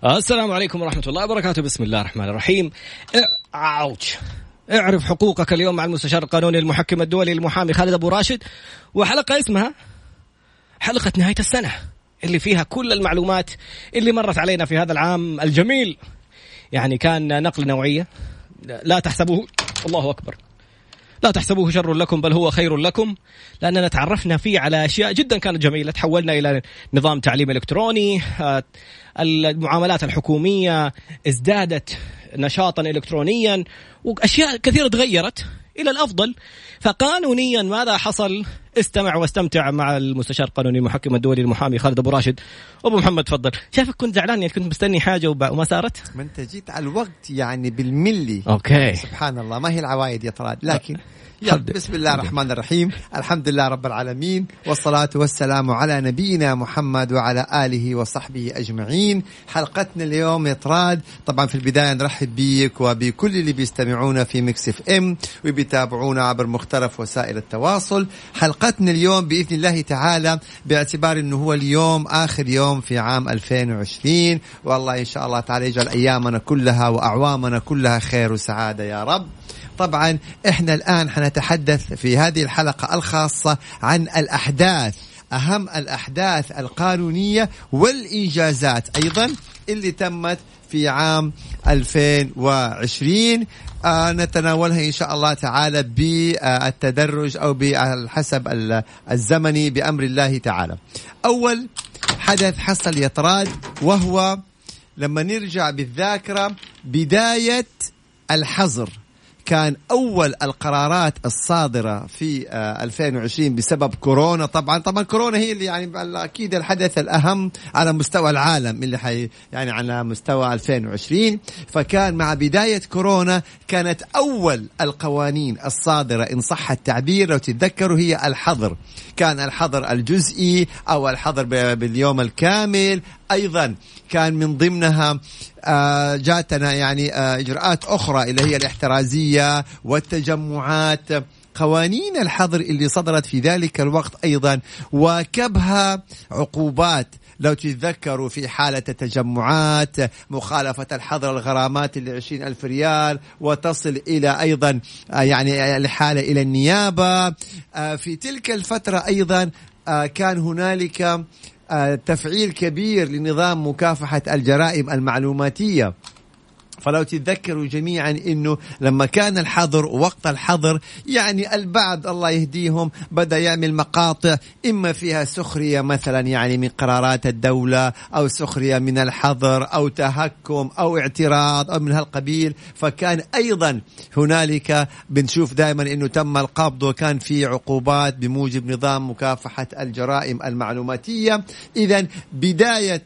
السلام عليكم ورحمة الله وبركاته. بسم الله الرحمن الرحيم. اعرف حقوقك اليوم مع المستشار القانوني المحكم الدولي المحامي خالد أبو راشد، وحلقة اسمها حلقة نهاية السنة اللي فيها كل المعلومات اللي مرت علينا في هذا العام الجميل. يعني كان نقل نوعية، لا تحسبوه، الله أكبر، لا تحسبوه شر لكم بل هو خير لكم، لأننا تعرفنا فيه على أشياء جدا كانت جميلة. تحولنا إلى نظام تعليم إلكتروني، المعاملات الحكومية ازدادت نشاطا إلكترونيا، وأشياء كثيرة تغيرت إلى الأفضل. فقانونيا ماذا حصل؟ استمع واستمتع مع المستشار القانوني المحكم الدولي المحامي خالد أبو راشد. أبو محمد تفضل. شايفك كنت زعلان، يعني كنت مستني حاجة وما صارت. ما أنت جيت على الوقت يعني بالملي. أوكي. سبحان الله، ما هي العوايد يا طراد، لكن بسم الله الرحمن الرحيم. الحمد لله رب العالمين، والصلاة والسلام على نبينا محمد وعلى آله وصحبه أجمعين. حلقتنا اليوم يطراد، طبعا في البداية نرحب بيك وبكل اللي بيستمعونا في ميكس اف ام وبيتابعونا عبر مختلف وسائل التواصل. حلقتنا اليوم بإذن الله تعالى، باعتبار أنه هو اليوم آخر يوم في عام 2020، والله إن شاء الله تعالى يجعل أيامنا كلها وأعوامنا كلها خير وسعادة يا رب. طبعا احنا الآن حنتحدث في هذه الحلقة الخاصة عن الأحداث، أهم الأحداث القانونية والإنجازات أيضا اللي تمت في عام 2020. نتناولها إن شاء الله تعالى بالتدرج أو بالحسب الزمني بأمر الله تعالى. أول حدث حصل يطراد، وهو لما نرجع بالذاكرة بداية الحظر. كان أول القرارات الصادرة في 2020 بسبب كورونا. طبعا كورونا هي اللي يعني أكيد الحدث الأهم على مستوى العالم اللي يعني على مستوى 2020. فكان مع بداية كورونا كانت أول القوانين الصادرة إن صح التعبير لو تتذكروا هي الحظر. كان الحظر الجزئي أو الحظر باليوم الكامل. أيضا كان من ضمنها جاتنا يعني إجراءات أخرى اللي هي الاحترازية والتجمعات. قوانين الحظر اللي صدرت في ذلك الوقت أيضا واكبها عقوبات. لو تتذكروا في حالة التجمعات مخالفة الحظر الغرامات اللي 20,000 ريال، وتصل إلى أيضا يعني الحالة إلى النيابة. في تلك الفترة أيضا كان هنالك تفعيل كبير لنظام مكافحة الجرائم المعلوماتية. فلو تتذكروا جميعا إنه لما كان الحظر ووقت الحظر يعني البعض الله يهديهم بدأ يعمل مقاطع إما فيها سخرية مثلا يعني من قرارات الدولة، أو سخرية من الحظر، أو تهكم أو اعتراض أو من هالقبيل. فكان أيضا هنالك بنشوف دائما إنه تم القبض، وكان في عقوبات بموجب نظام مكافحة الجرائم المعلوماتية. إذن بداية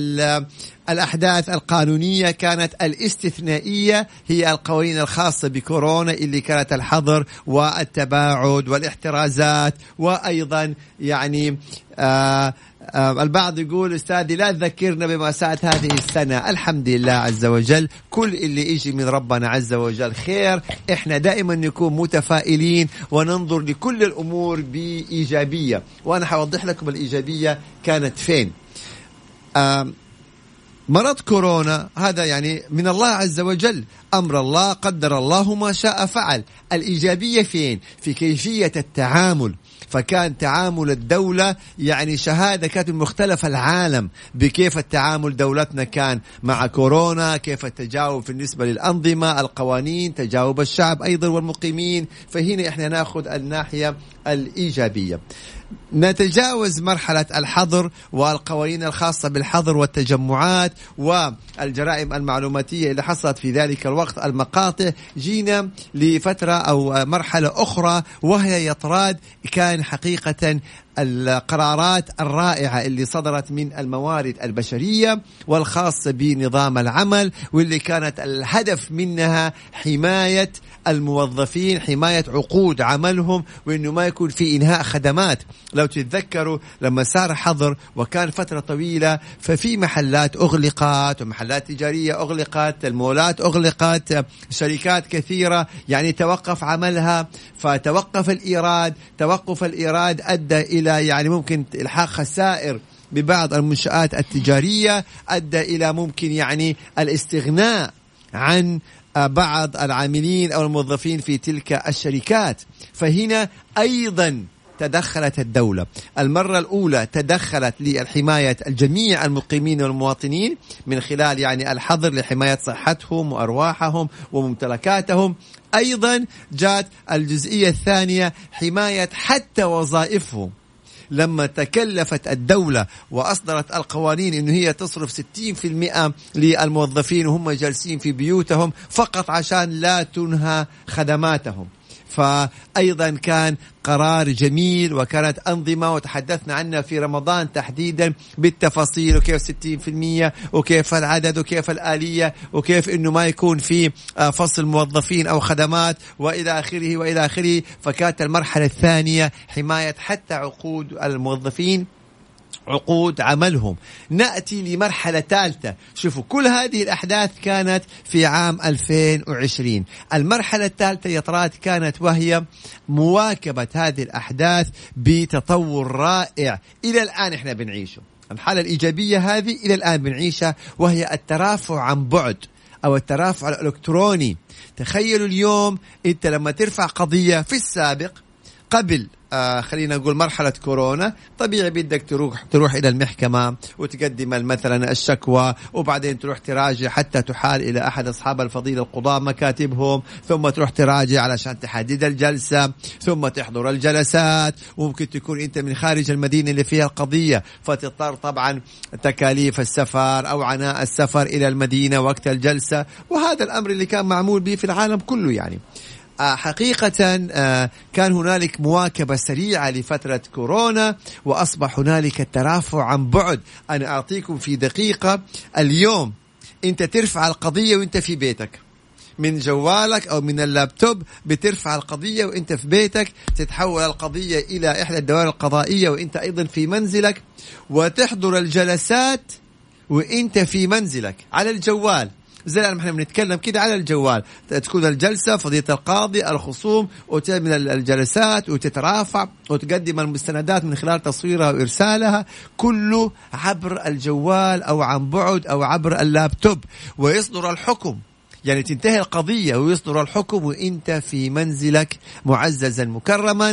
الأحداث القانونية كانت الاستثنائية هي القوانين الخاصة بكورونا اللي كانت الحظر والتباعد والاحترازات. وأيضا يعني البعض يقول أستاذي لا تذكرنا بمأساة هذه السنة. الحمد لله عز وجل، كل اللي يجي من ربنا عز وجل خير. إحنا دائما نكون متفائلين وننظر لكل الأمور بإيجابية، وأنا حوضح لكم الإيجابية كانت فين. مرض كورونا هذا يعني من الله عز وجل، أمر الله، قدر الله ما شاء فعل. الإيجابية فين؟ في كيفية التعامل. فكان تعامل الدولة يعني شهادة كانت من مختلف العالم بكيف التعامل دولتنا كان مع كورونا، كيف التجاوب بالنسبة للأنظمة، القوانين، تجاوب الشعب أيضا والمقيمين. فهنا إحنا نأخذ الناحية الإيجابية. نتجاوز مرحلة الحظر والقوانين الخاصة بالحظر والتجمعات والجرائم المعلوماتية اللي حصلت في ذلك الوقت، المقاطع. جينا لفترة أو مرحلة أخرى، وهي يطراد كان حقيقة القرارات الرائعة اللي صدرت من الموارد البشرية والخاصة بنظام العمل، واللي كانت الهدف منها حماية الموظفين، حماية عقود عملهم، وإنه ما يكون في إنهاء خدمات. لو تتذكروا لما صار حظر وكان فترة طويلة، ففي محلات أغلقت ومحلات تجارية أغلقت، المولات أغلقت، شركات كثيرة يعني توقف عملها. فتوقف الإيراد، توقف الإيراد أدى إلى يعني ممكن إلحاق خسائر ببعض المنشآت التجارية، أدى إلى ممكن يعني الاستغناء عن بعض العاملين أو الموظفين في تلك الشركات. فهنا أيضا تدخلت الدولة. المرة الأولى تدخلت لحماية الجميع المقيمين والمواطنين من خلال يعني الحظر لحماية صحتهم وأرواحهم وممتلكاتهم. أيضا جاءت الجزئية الثانية حماية حتى وظائفهم، لما تكلفت الدولة وأصدرت القوانين إنه هي تصرف 60% للموظفين وهم جالسين في بيوتهم فقط عشان لا تنهى خدماتهم. فأيضا كان قرار جميل، وكانت أنظمة وتحدثنا عنها في رمضان تحديدا بالتفاصيل، وكيف 60% وكيف العدد وكيف الآلية وكيف إنه ما يكون في فصل موظفين أو خدمات وإلى آخره وإلى آخره. فكانت المرحلة الثانية حماية حتى عقود الموظفين، عقود عملهم. نأتي لمرحلة ثالثة. شوفوا كل هذه الأحداث كانت في عام 2020. المرحلة الثالثة يا طراد كانت وهي مواكبة هذه الأحداث بتطور رائع إلى الآن إحنا بنعيشه. الحالة الإيجابية هذه إلى الآن بنعيشها، وهي الترافع عن بعد أو الترافع الإلكتروني. تخيلوا اليوم أنت لما ترفع قضية في السابق قبل خلينا نقول مرحلة كورونا، طبيعي بدك تروح إلى المحكمة وتقدم مثلا الشكوى، وبعدين تروح تراجع حتى تحال إلى أحد أصحاب الفضيلة القضاة مكاتبهم، ثم تروح تراجع علشان تحدد الجلسة، ثم تحضر الجلسات، وممكن تكون أنت من خارج المدينة اللي فيها القضية، فتضطر طبعا تكاليف السفر أو عناء السفر إلى المدينة وقت الجلسة. وهذا الأمر اللي كان معمول به في العالم كله. يعني حقيقة كان هنالك مواكبة سريعة لفترة كورونا، وأصبح هنالك الترافع عن بعد. أنا أعطيكم في دقيقة، اليوم أنت ترفع القضية وأنت في بيتك من جوالك أو من اللابتوب، بترفع القضية وأنت في بيتك، تتحول القضية إلى إحدى الدوائر القضائية وأنت أيضا في منزلك، وتحضر الجلسات وأنت في منزلك على الجوال. زي ما احنا بنتكلم كده على الجوال، تكون الجلسة فضيلة القاضي الخصوم، وتعمل الجلسات وتترافع وتقدم المستندات من خلال تصويرها وإرسالها، كله عبر الجوال أو عن بعد أو عبر اللابتوب. ويصدر الحكم، يعني تنتهي القضية ويصدر الحكم وإنت في منزلك معززا مكرما،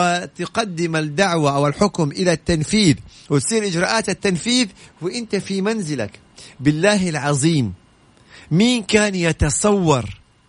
وتقدم الدعوة أو الحكم إلى التنفيذ وتصير إجراءات التنفيذ وإنت في منزلك. بالله العظيم مين كان يتصور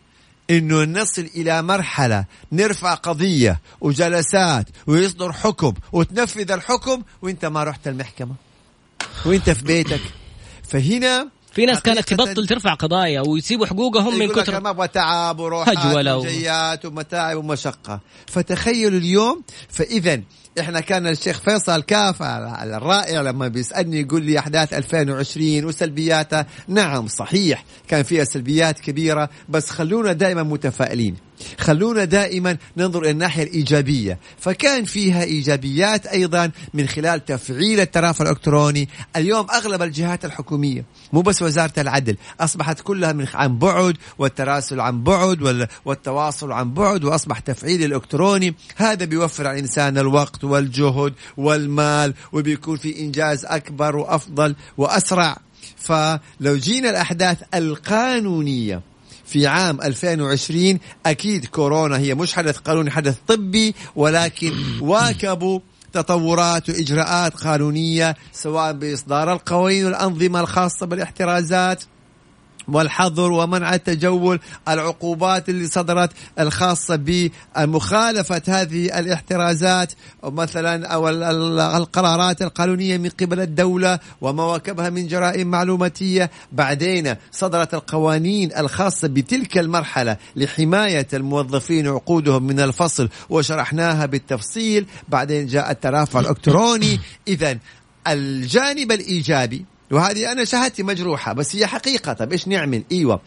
إنه نصل إلى مرحلة نرفع قضية وجلسات ويصدر حكم وتنفذ الحكم وإنت ما رحت المحكمة وإنت في بيتك؟ فهنا في ناس كانت تبطل ترفع قضايا ويسيبوا حقوقهم من كثر ما تعب وروحات وجيات ومتاعب ومشقة. فتخيلوا اليوم. فإذا إحنا كان الشيخ فيصل كاف الرائع لما بيسألني يقول لي أحداث 2020 وسلبياتها. نعم صحيح كان فيها سلبيات كبيرة، بس خلونا دائما متفائلين، خلونا دائما ننظر إلى الناحية الإيجابية. فكان فيها إيجابيات أيضا من خلال تفعيل الترافع الإلكتروني. اليوم أغلب الجهات الحكومية مو بس وزارة العدل أصبحت كلها عن بعد، والتراسل عن بعد والتواصل عن بعد، وأصبح تفعيل الإلكتروني. هذا بيوفر على الإنسان الوقت والجهد والمال، وبيكون في إنجاز أكبر وأفضل وأسرع. فلو جينا الأحداث القانونية في عام 2020، أكيد كورونا هي مش حدث قانوني، حدث طبي، ولكن واكبوا تطورات وإجراءات قانونية سواء بإصدار القوانين والأنظمة الخاصة بالاحترازات والحظر ومنع التجول، العقوبات اللي صدرت الخاصة بمخالفة هذه الاحترازات مثلا أو القرارات القانونية من قبل الدولة ومواكبها من جرائم معلوماتية. بعدين صدرت القوانين الخاصة بتلك المرحلة لحماية الموظفين وعقودهم من الفصل وشرحناها بالتفصيل. بعدين جاء الترافع الإلكتروني. إذن الجانب الإيجابي، وهذه أنا شهادتي مجروحة بس هي حقيقة. طب إيش نعمل؟ إيوه،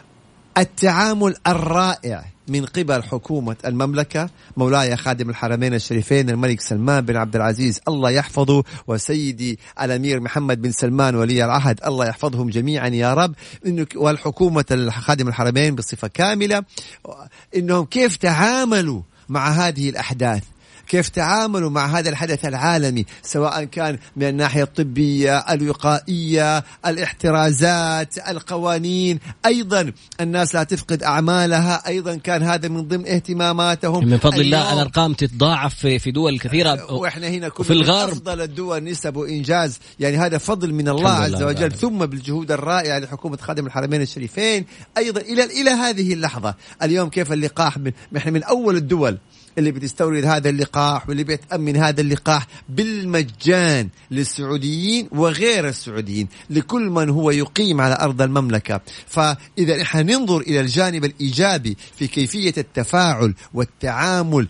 التعامل الرائع من قبل حكومة المملكة، مولاي خادم الحرمين الشريفين الملك سلمان بن عبد العزيز الله يحفظه، وسيدي الأمير محمد بن سلمان ولي العهد الله يحفظهم جميعا يا رب، والحكومة خادم الحرمين بصفة كاملة، إنهم كيف تعاملوا مع هذه الأحداث. كيف تعاملوا مع هذا الحدث العالمي، سواء كان من الناحية الطبية، الوقائية، الاحترازات، القوانين، أيضا الناس لا تفقد أعمالها، أيضا كان هذا من ضمن اهتماماتهم. من فضل الله الأرقام تتضاعف في دول كثيرة، وإحنا هنا في الغرب أفضل الدول نسب وإنجاز، يعني هذا فضل من الله عز وجل، ثم بالجهود الرائعة لحكومة خادم الحرمين الشريفين. أيضا إلى هذه اللحظة اليوم كيف اللقاح إحنا من أول الدول اللي بتستورد هذا اللقاح واللي بتأمن هذا اللقاح بالمجان للسعوديين وغير السعوديين، لكل من هو يقيم على أرض المملكة. فإذا إحنا ننظر إلى الجانب الإيجابي في كيفية التفاعل والتعامل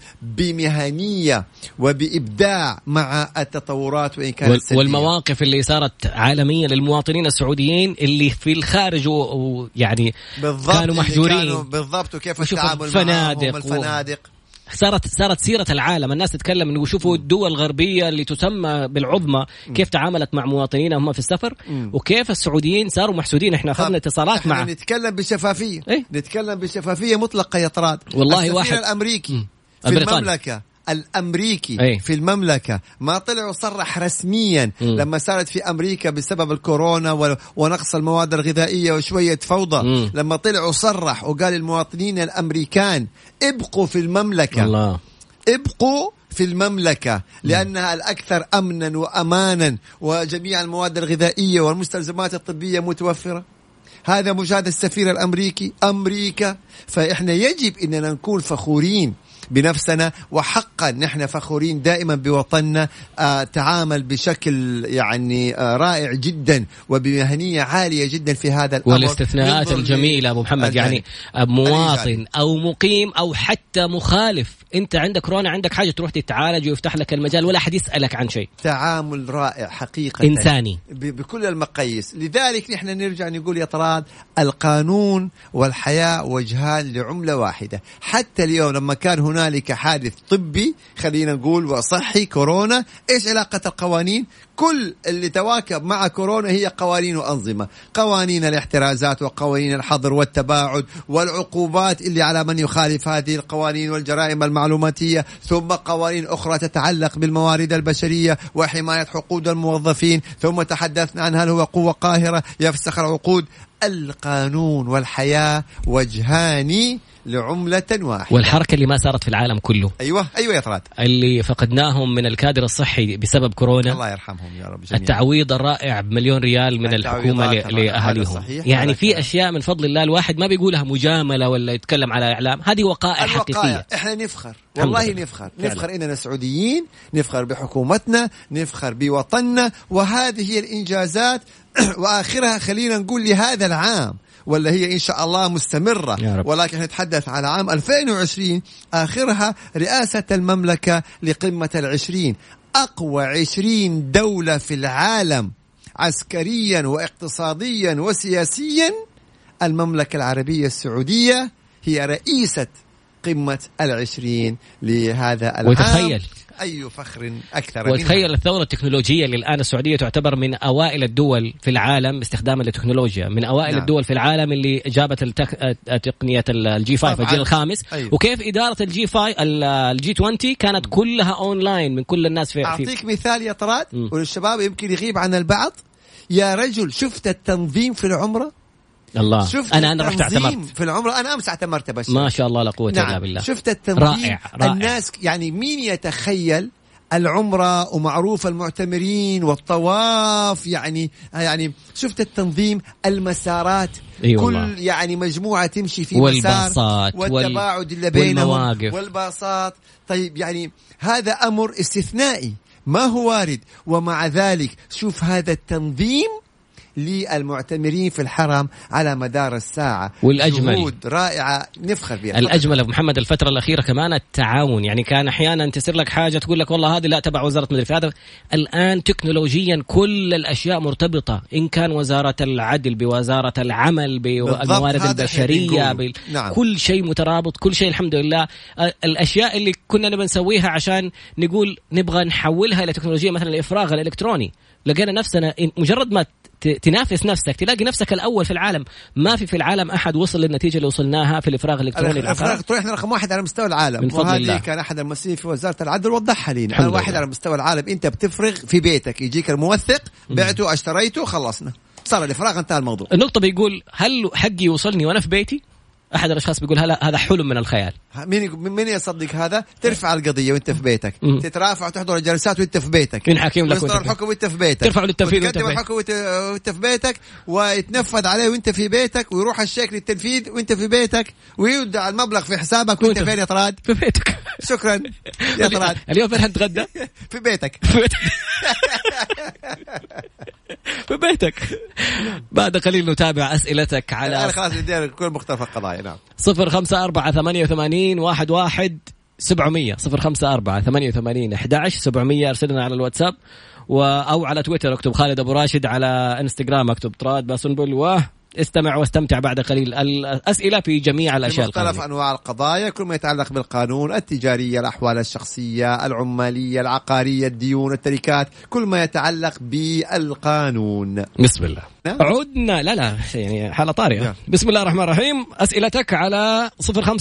بمهنية وبإبداع مع التطورات وإن كانت سلبية، والمواقف اللي صارت عالمية للمواطنين السعوديين اللي في الخارج ويعني كانوا محجورين بالضبط، وكيف التعامل معهم الفنادق. صارت سيرة العالم، الناس تتكلم انه يشوفوا الدول الغربية اللي تسمى بالعظمى كيف تعاملت مع مواطنينها هم في السفر، وكيف السعوديين صاروا محسودين. احنا اخذنا اتصالات مع نتكلم بشفافية، نتكلم بشفافية مطلقة يا طراد. والله واحد الأمريكي في المملكة الأمريكي في المملكة ما طلع وصرح رسميا لما صارت في أمريكا بسبب الكورونا ونقص المواد الغذائية وشوية فوضى، لما طلع وصرح وقال المواطنين الأمريكان ابقوا في المملكة، الله. ابقوا في المملكة لأنها الأكثر أمنا وأمانا وجميع المواد الغذائية والمستلزمات الطبية متوفرة. هذا مجهود السفير الأمريكي أمريكا. فإحنا يجب أننا نكون فخورين بنفسنا، وحقا نحن فخورين دائما بوطننا. تعامل بشكل يعني رائع جدا وبمهنية عالية جدا في هذا الأمر. والاستثناءات الجميلة أبو محمد، يعني مواطن أو مقيم أو حتى مخالف، أنت عندك كورونا عندك حاجة تروح تتعالج ويفتح لك المجال ولا حد يسألك عن شيء. تعامل رائع حقيقة إنساني بكل المقاييس. لذلك نحن نرجع نقول يا طراد القانون والحياة وجهان لعملة واحدة. حتى اليوم لما كان هنالك حادث طبي خلينا نقول وصحي كورونا، إيش علاقة القوانين؟ كل اللي تواكب مع كورونا هي قوانين وأنظمة، قوانين الاحترازات وقوانين الحظر والتباعد والعقوبات اللي على من يخالف هذه القوانين والجرائم المعلوماتية، ثم قوانين أخرى تتعلق بالموارد البشرية وحماية حقوق الموظفين، ثم تحدثنا عن هل هو قوة قاهرة يفسخ العقود. القانون والحياة وجهان لعملة واحدة. والحركة اللي ما صارت في العالم كله، أيوة يا طراد، اللي فقدناهم من الكادر الصحي بسبب كورونا، الله يرحمهم يا رب جميعا. التعويض الرائع ب1,000,000 ريال من الحكومة لأهاليهم. يعني في أشياء من فضل الله الواحد ما بيقولها مجاملة ولا يتكلم على إعلام، هذه وقائع حقيقية. إحنا نفخر والله، نفخر إننا سعوديين، نفخر بحكومتنا، نفخر بوطننا، وهذه هي الإنجازات. وآخرها خلينا نقول لهذا العام، ولا هي إن شاء الله مستمرة، ولكن نتحدث على عام 2020 آخرها رئاسة المملكة لقمة 20، أقوى 20 دولة في العالم عسكريا واقتصاديا وسياسيا. المملكة العربية السعودية هي رئيسة قمة 20 لهذا العام. وتخيل أي فخر أكثر. وتخيل الثورة التكنولوجية اللي الآن السعودية تعتبر من أوائل الدول في العالم استخداما للتكنولوجيا، من أوائل الدول في العالم اللي جابت تقنية الجي 5 الجيل الخامس. وكيف إدارة الجي 20 كانت كلها أونلاين من كل الناس. أعطيك مثال يا طراد والشباب يمكن يغيب عن البعض. يا رجل شفت التنظيم في العمرة؟ الله، أنا رحت اعتمرت في العمرة، أنا أمس اعتمرت بس ما شاء الله لا قوة إلا بالله. شفت التنظيم رائع. الناس يعني مين يتخيل العمرة ومعروف المعتمرين والطواف، يعني شفت التنظيم، المسارات، كل يعني مجموعة تمشي في مسار، والتباعد اللي بينهم والباصات. طيب يعني هذا أمر استثنائي ما هو وارد، ومع ذلك شوف هذا التنظيم للمعتمرين في الحرم على مدار الساعة. والأجمل جهود رائعة نفخر بها. الأجمل أبو محمد الفترة الأخيرة كمان التعاون، يعني كان أحيانا تصير لك حاجة تقول لك والله هذه لا تبع وزارة مدري هذا، الآن تكنولوجيا كل الأشياء مرتبطة، إن كان وزارة العدل بوزارة العمل بالموارد البشرية نعم. كل شيء مترابط، كل شيء الحمد لله. الأشياء اللي كنا نبغى نسويها عشان نقول نبغى نحولها إلى تكنولوجيا، مثلا الإفراغ الإلكتروني لقينا نفسنا مجرد ما تنافس نفسك تلاقي نفسك الأول في العالم. ما في العالم أحد وصل للنتيجة اللي وصلناها في الإفراغ الإلكتروني. الإفراغ الإلكتروني إحنا رقم 1 على مستوى العالم، وهذه كان أحد المسؤولين في وزارة العدل وضحها لنا. أنا واحد على مستوى العالم، أنت بتفرغ في بيتك، يجيك الموثق، بعته اشتريته، خلصنا، صار الإفراغ، انتهى الموضوع. النقطة بيقول هل حقي يوصلني وأنا في بيتي؟ أحد الأشخاص بيقول هذا حلم من الخيال. مين يصدق هذا؟ ترفع القضية وانت في بيتك، تترافع وتحضر الجلسات وانت في بيتك، ينحكم لك ويصدر الحكم وانت في بيتك، ترفع للتنفيذ وتقدم الحكم وانت في بيتك، ويتنفذ عليه وانت في بيتك، ويروح الشيك للتنفيذ وانت في بيتك، ويودع المبلغ في حسابك وانت فين يا طراد؟ في بيتك. شكرا يا طراد. اليوم فين هنتغدى؟ في بيتك. في بيتك. بعد قليل نتابع أسئلتك على خلاص ندير كل مختلف القضايا. نعم. 0548811700 0548811700. ارسلنا على الواتساب أو على تويتر اكتب خالد أبو راشد، على انستغرام اكتب طراد باسنبل، استمع واستمتع بعد قليل. الأسئلة في جميع الأشياء، مختلف أنواع القضايا، كل ما يتعلق بالقانون، التجارية، الأحوال الشخصية، العمالية، العقارية، الديون، التركات، كل ما يتعلق بالقانون. بسم الله. عدنا لا يعني حالة طارئة. بسم الله الرحمن الرحيم. أسئلتك على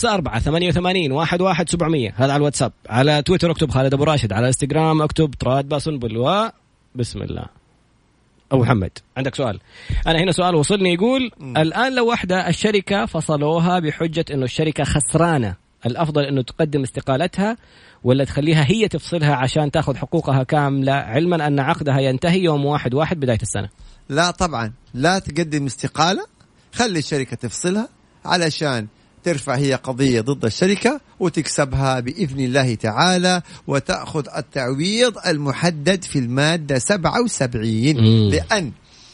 0548811700. هذا على الواتساب. على تويتر اكتب خالد أبو راشد، على انستغرام اكتب طراد باسنبل. بسم الله. أبو محمد عندك سؤال. أنا هنا سؤال وصلني يقول الآن لو واحدة الشركة فصلوها بحجة إنه الشركة خسرانة، الأفضل إنه تقدم استقالتها ولا تخليها هي تفصلها عشان تأخذ حقوقها كاملة، علما أن عقدها ينتهي يوم 1/1 بداية السنة؟ لا طبعا، لا تقدم استقالة، خلي الشركة تفصلها علشان ترفع هي قضية ضد الشركة وتكسبها بإذن الله تعالى، وتأخذ التعويض المحدد في المادة 77. لأن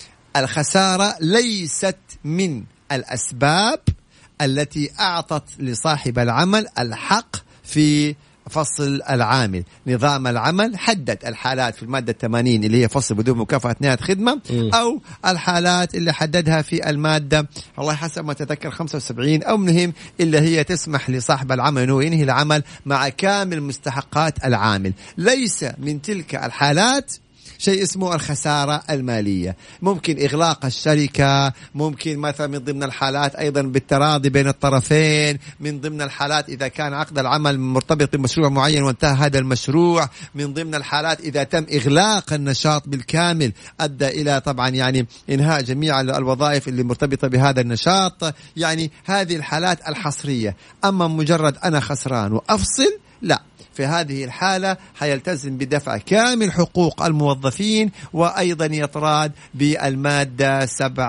الخسارة ليست من الأسباب التي أعطت لصاحب العمل الحق في فصل العامل. نظام العمل حدد الحالات في المادة 80 اللي هي فصل بدون مكافأة نهاية خدمة، أو الحالات اللي حددها في المادة الله حسب ما تذكر 75 أو مهم، اللي هي تسمح لصاحب العمل أنه ينهي العمل مع كامل مستحقات العامل. ليس من تلك الحالات شيء اسمه الخسارة المالية. ممكن إغلاق الشركة، ممكن مثلا من ضمن الحالات أيضا بالتراضي بين الطرفين، من ضمن الحالات إذا كان عقد العمل مرتبط بمشروع معين وانتهى هذا المشروع، من ضمن الحالات إذا تم إغلاق النشاط بالكامل أدى إلى طبعا يعني إنهاء جميع الوظائف اللي مرتبطة بهذا النشاط. يعني هذه الحالات الحصرية. أما مجرد أنا خسران وأفصل، لا، في هذه الحالة حيلتزم بدفع كامل حقوق الموظفين، وأيضا يطراد بالمادة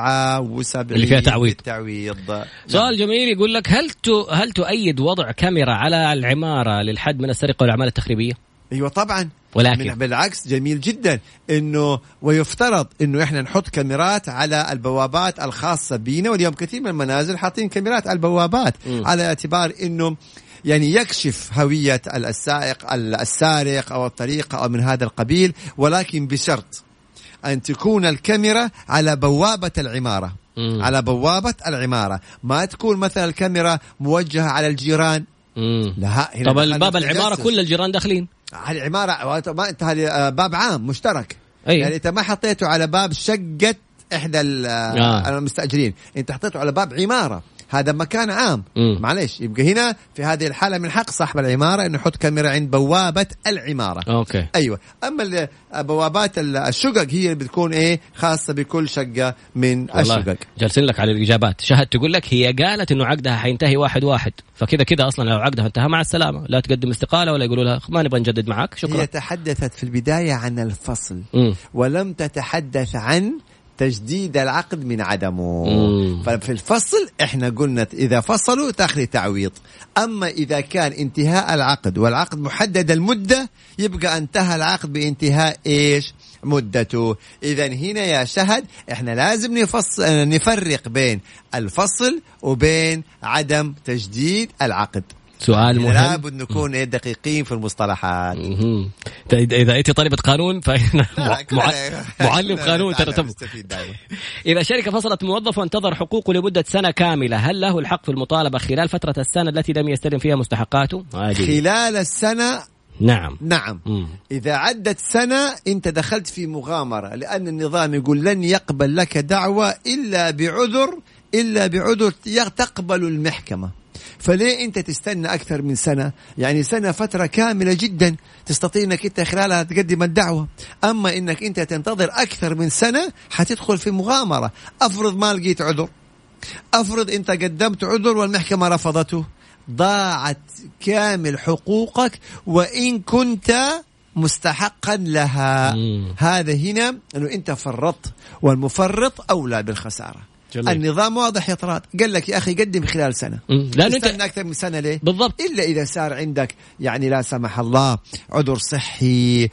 77 اللي فيها تعويض. سؤال جميل يقول لك هل تؤيد وضع كاميرا على العمارة للحد من السرقة والأعمال التخريبية؟ أيوة طبعا، ولكن بالعكس جميل جدا إنه ويفترض إنه إحنا نحط كاميرات على البوابات الخاصة بينا، واليوم كثير من المنازل حاطين كاميرات على البوابات على اعتبار إنه يعني يكشف هوية السارق أو الطريقة أو من هذا القبيل، ولكن بشرط أن تكون الكاميرا على بوابة العمارة. على بوابة العمارة، ما تكون مثلا الكاميرا موجهة على الجيران. لا، طب الباب العمارة كل الجيران داخلين على العمارة، ما انت باب عام مشترك. أيه. يعني انت ما حطيته على باب شقة إحدى المستأجرين، انت حطيته على باب عمارة، هذا مكان عام. معليش، يبقى هنا في هذه الحالة من حق صاحب العمارة إنه يحط كاميرا عند بوابة العمارة. أوكي. أيوة. أما بوابات الشقق هي بتكون خاصة بكل شقة من الشقق. جالسين لك على الإجابات. شهد تقول لك هي قالت إنه عقدها حينتهي 1/1، فكذا أصلا لو عقدها انتهى مع السلامة، لا تقدم استقالة ولا يقولوا لها ما نبغى نجدد معك، شكرا. هي تحدثت في البداية عن الفصل ولم تتحدث عن تجديد العقد من عدمه. ففي الفصل احنا قلنا اذا فصلوا تاخذ تعويض. اما اذا كان انتهاء العقد والعقد محدد المدة، يبقى انتهى العقد بانتهاء مدته. اذا هنا يا شهد احنا لازم نفرق بين الفصل وبين عدم تجديد العقد. سؤال مهم، لابد نكون دقيقين في المصطلحات. إذا أنت طالبة قانون فإحنا معلم قانون ترى. إذا شركة فصلت موظف وانتظر حقوقه لمدة سنة كاملة، هل له الحق في المطالبة خلال فترة السنة التي لم يستلم فيها مستحقاته؟ خلال السنة نعم. إذا عدت سنة أنت دخلت في مغامرة، لأن النظام يقول لن يقبل لك دعوة إلا بعذر تقبل المحكمة. فليه أنت تستنى أكثر من سنة؟ يعني سنة فترة كاملة جدا تستطيع أنك أنت خلالها تقدم الدعوة. أما أنك أنت تنتظر أكثر من سنة حتدخل في مغامرة. أفرض ما لقيت عذر، أفرض أنت قدمت عذر والمحكمة رفضته، ضاعت كامل حقوقك وإن كنت مستحقا لها. هذا هنا أنه أنت فرطت، والمفرط أولى بالخسارة. جميل. النظام واضح يا طراد، قال لك يا أخي قدم خلال سنة، لأنه أنت أكثر من سنة ليه؟ بالضبط. إلا إذا صار عندك يعني لا سمح الله عذر صحي،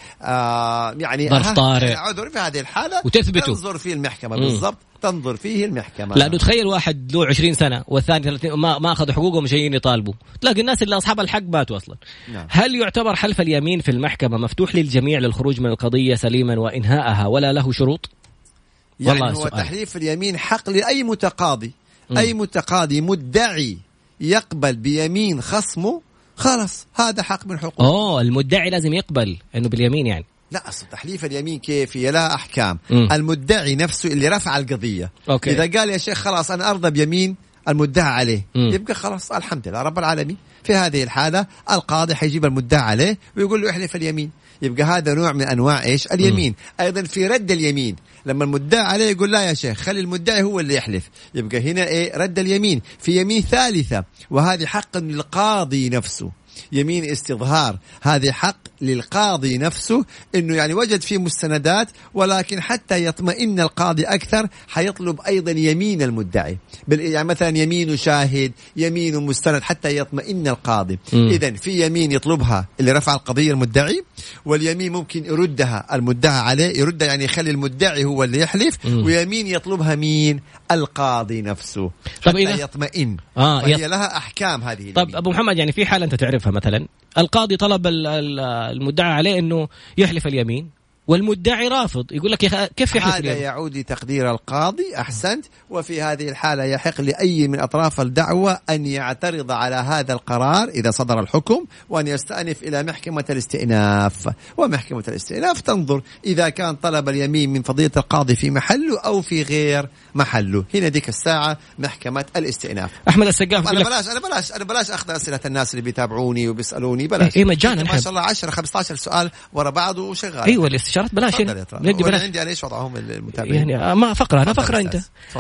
يعني ظرف طارئ، عذر في هذه الحالة وتثبته تنظر فيه المحكمة. بالضبط، تنظر فيه المحكمة. لأنه تخيل واحد له 20 سنة والثاني 30 ما أخذ حقوقه ومش جايين يطالبوا، تلاقي الناس اللي أصحاب الحق باتوا أصلا. نعم. هل يعتبر حلف اليمين في المحكمة مفتوح للجميع للخروج من القضية سليما وإنهائها ولا له شروط؟ يعني هو تحليف اليمين حق لأي متقاضي. أي متقاضي مدعي يقبل بيمين خصمه، خلاص هذا حق من حقوقه. المدعي لازم يقبل إنه باليمين يعني. لا، أصل تحليف اليمين كيف لا أحكام. المدعي نفسه اللي رفع القضية، إذا قال يا شيخ خلاص أنا أرضى بيمين المدعى عليه، يبقى خلاص الحمد لله رب العالمين. في هذه الحالة القاضي حيجيب المدعى عليه ويقول له احلف اليمين. يبقى هذا نوع من أنواع إيش؟ اليمين. أيضا في رد اليمين، لما المدعى عليه يقول لا يا شيخ خلي المدعي هو اللي يحلف، يبقى هنا إيه؟ رد اليمين. في يمين ثالثة، وهذه حق للقاضي نفسه، يمين استظهار. هذه حق للقاضي نفسه، إنه يعني وجد فيه مستندات، ولكن حتى يطمئن القاضي أكثر حيطلب أيضا يمين المدعي، يعني مثلا يمين شاهد، يمين مستند، حتى يطمئن القاضي. إذن في يمين يطلبها اللي رفع القضية المدعي، واليمين ممكن يردها المدعى عليه، يردها يعني يخلي المدعي هو اللي يحلف، ويمين يطلبها مين؟ القاضي نفسه حتى يطمئن. هي لها أحكام هذه. طب أبو محمد، يعني في حالة أنت تعرفها، مثلا القاضي طلب المدعى عليه أنه يحلف اليمين والمدعي رافض، يقول لك كيف يحلف اليمين؟ هذا يعود لتقدير القاضي. أحسنت. وفي هذه الحالة يحق لأي من أطراف الدعوة أن يعترض على هذا القرار إذا صدر الحكم، وأن يستأنف إلى محكمة الاستئناف، ومحكمة الاستئناف تنظر إذا كان طلب اليمين من فضيلة القاضي في محله أو في غير محله. هنا ديك الساعة محكمة الاستئناف. أحمد السقاف، أنا بلاش أخذ أسئلة الناس اللي بيتابعوني وبيسألوني، بلاش. مجانا ما شاء الله 10-15 سؤال ورا بعض وشغال. أيوة الاستشارات بلاش. بلاش. عندي أنا إيش وضعهم المتابعين؟ يعني ما فقرة، أنا فقرة أنت.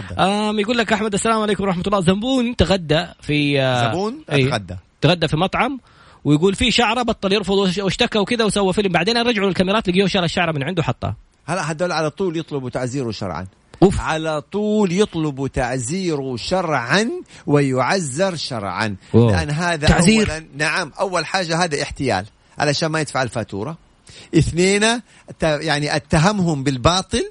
يقول لك أحمد السلام عليكم ورحمة الله. زبون تغدى في تغدى في مطعم، ويقول في شعره بطل يرفض واشتكى وكذا وسوى فيلم، بعدين رجعوا الكاميرات لقيوه شال الشعره من عنده حطها. هلا هدول على طول يطلبوا تعزيره شرعا. على طول يطلبوا تعزيره شرعا ويعزر شرعا. لأن هذا تعزير. أولا نعم، أول حاجة هذا احتيال علشان ما يدفع الفاتورة. 2 يعني اتهمهم بالباطل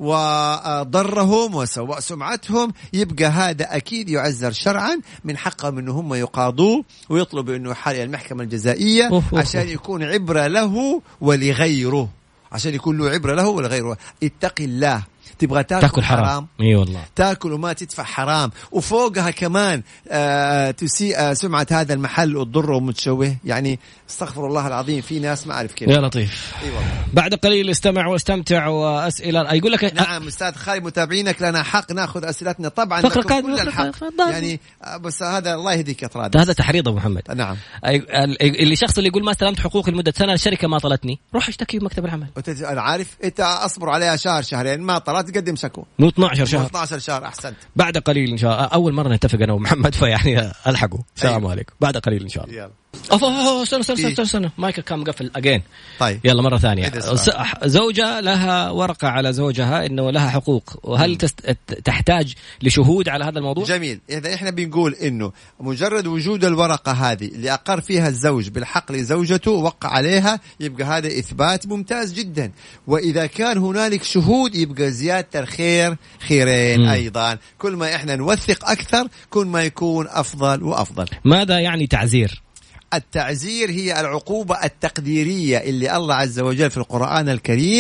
وضرهم وسوء سمعتهم، يبقى هذا أكيد يعزر شرعا، من حقهم إنه هم يقاضوه ويطلبوا إنه حال المحكمة الجزائية عشان يكون عبرة له ولغيره، عشان يكون له عبرة له ولغيره. اتق الله، تبغى تاكل حرام؟ اي والله تاكل وما تدفع حرام، وفوقها كمان تسيء سمعة هذا المحل وتضره ومتشوه. يعني استغفر الله العظيم، في ناس ما أعرف كيف. يا لطيف. اي والله. بعد قليل استمع واستمتع وأسئلة. يقول لك نعم أستاذ خالد، متابعينك لنا حق ناخذ أسئلتنا طبعا، كل الحق يعني، بس هذا الله يهديك يا طراد، هذا تحريض أبو محمد. نعم. اللي شخص اللي يقول ما استلمت حقوقي لمدة سنة، الشركة ما طلتني، روح اشتكي بمكتب العمل. أنا عارف أنت أصبر عليها شهر شهرين، ما طلعت تقدم شكوى. مو 12 شهر. 12 شهر. أحسنت. بعد قليل إن شاء الله. أول مرة نتفق أنا ومحمد، فيعني ألحقوا. السلام عليكم. بعد قليل إن شاء الله. يلا. استنى مايك كان مقفل أجين. طيب يلا مرة ثانية. زوجة لها ورقة على زوجها إنه لها حقوق، وهل تحتاج لشهود على هذا الموضوع؟ جميل. إذا إحنا بنقول إنه مجرد وجود الورقة هذه اللي أقر فيها الزوج بالحق لزوجته وقع عليها، يبقى هذا إثبات ممتاز جدا. وإذا كان هنالك شهود يبقى زيادة الخير خيرين. أيضا كل ما إحنا نوثق أكثر كل ما يكون أفضل وأفضل. ماذا يعني تعزير؟ التعزير هي العقوبة التقديرية اللي الله عز وجل في القرآن الكريم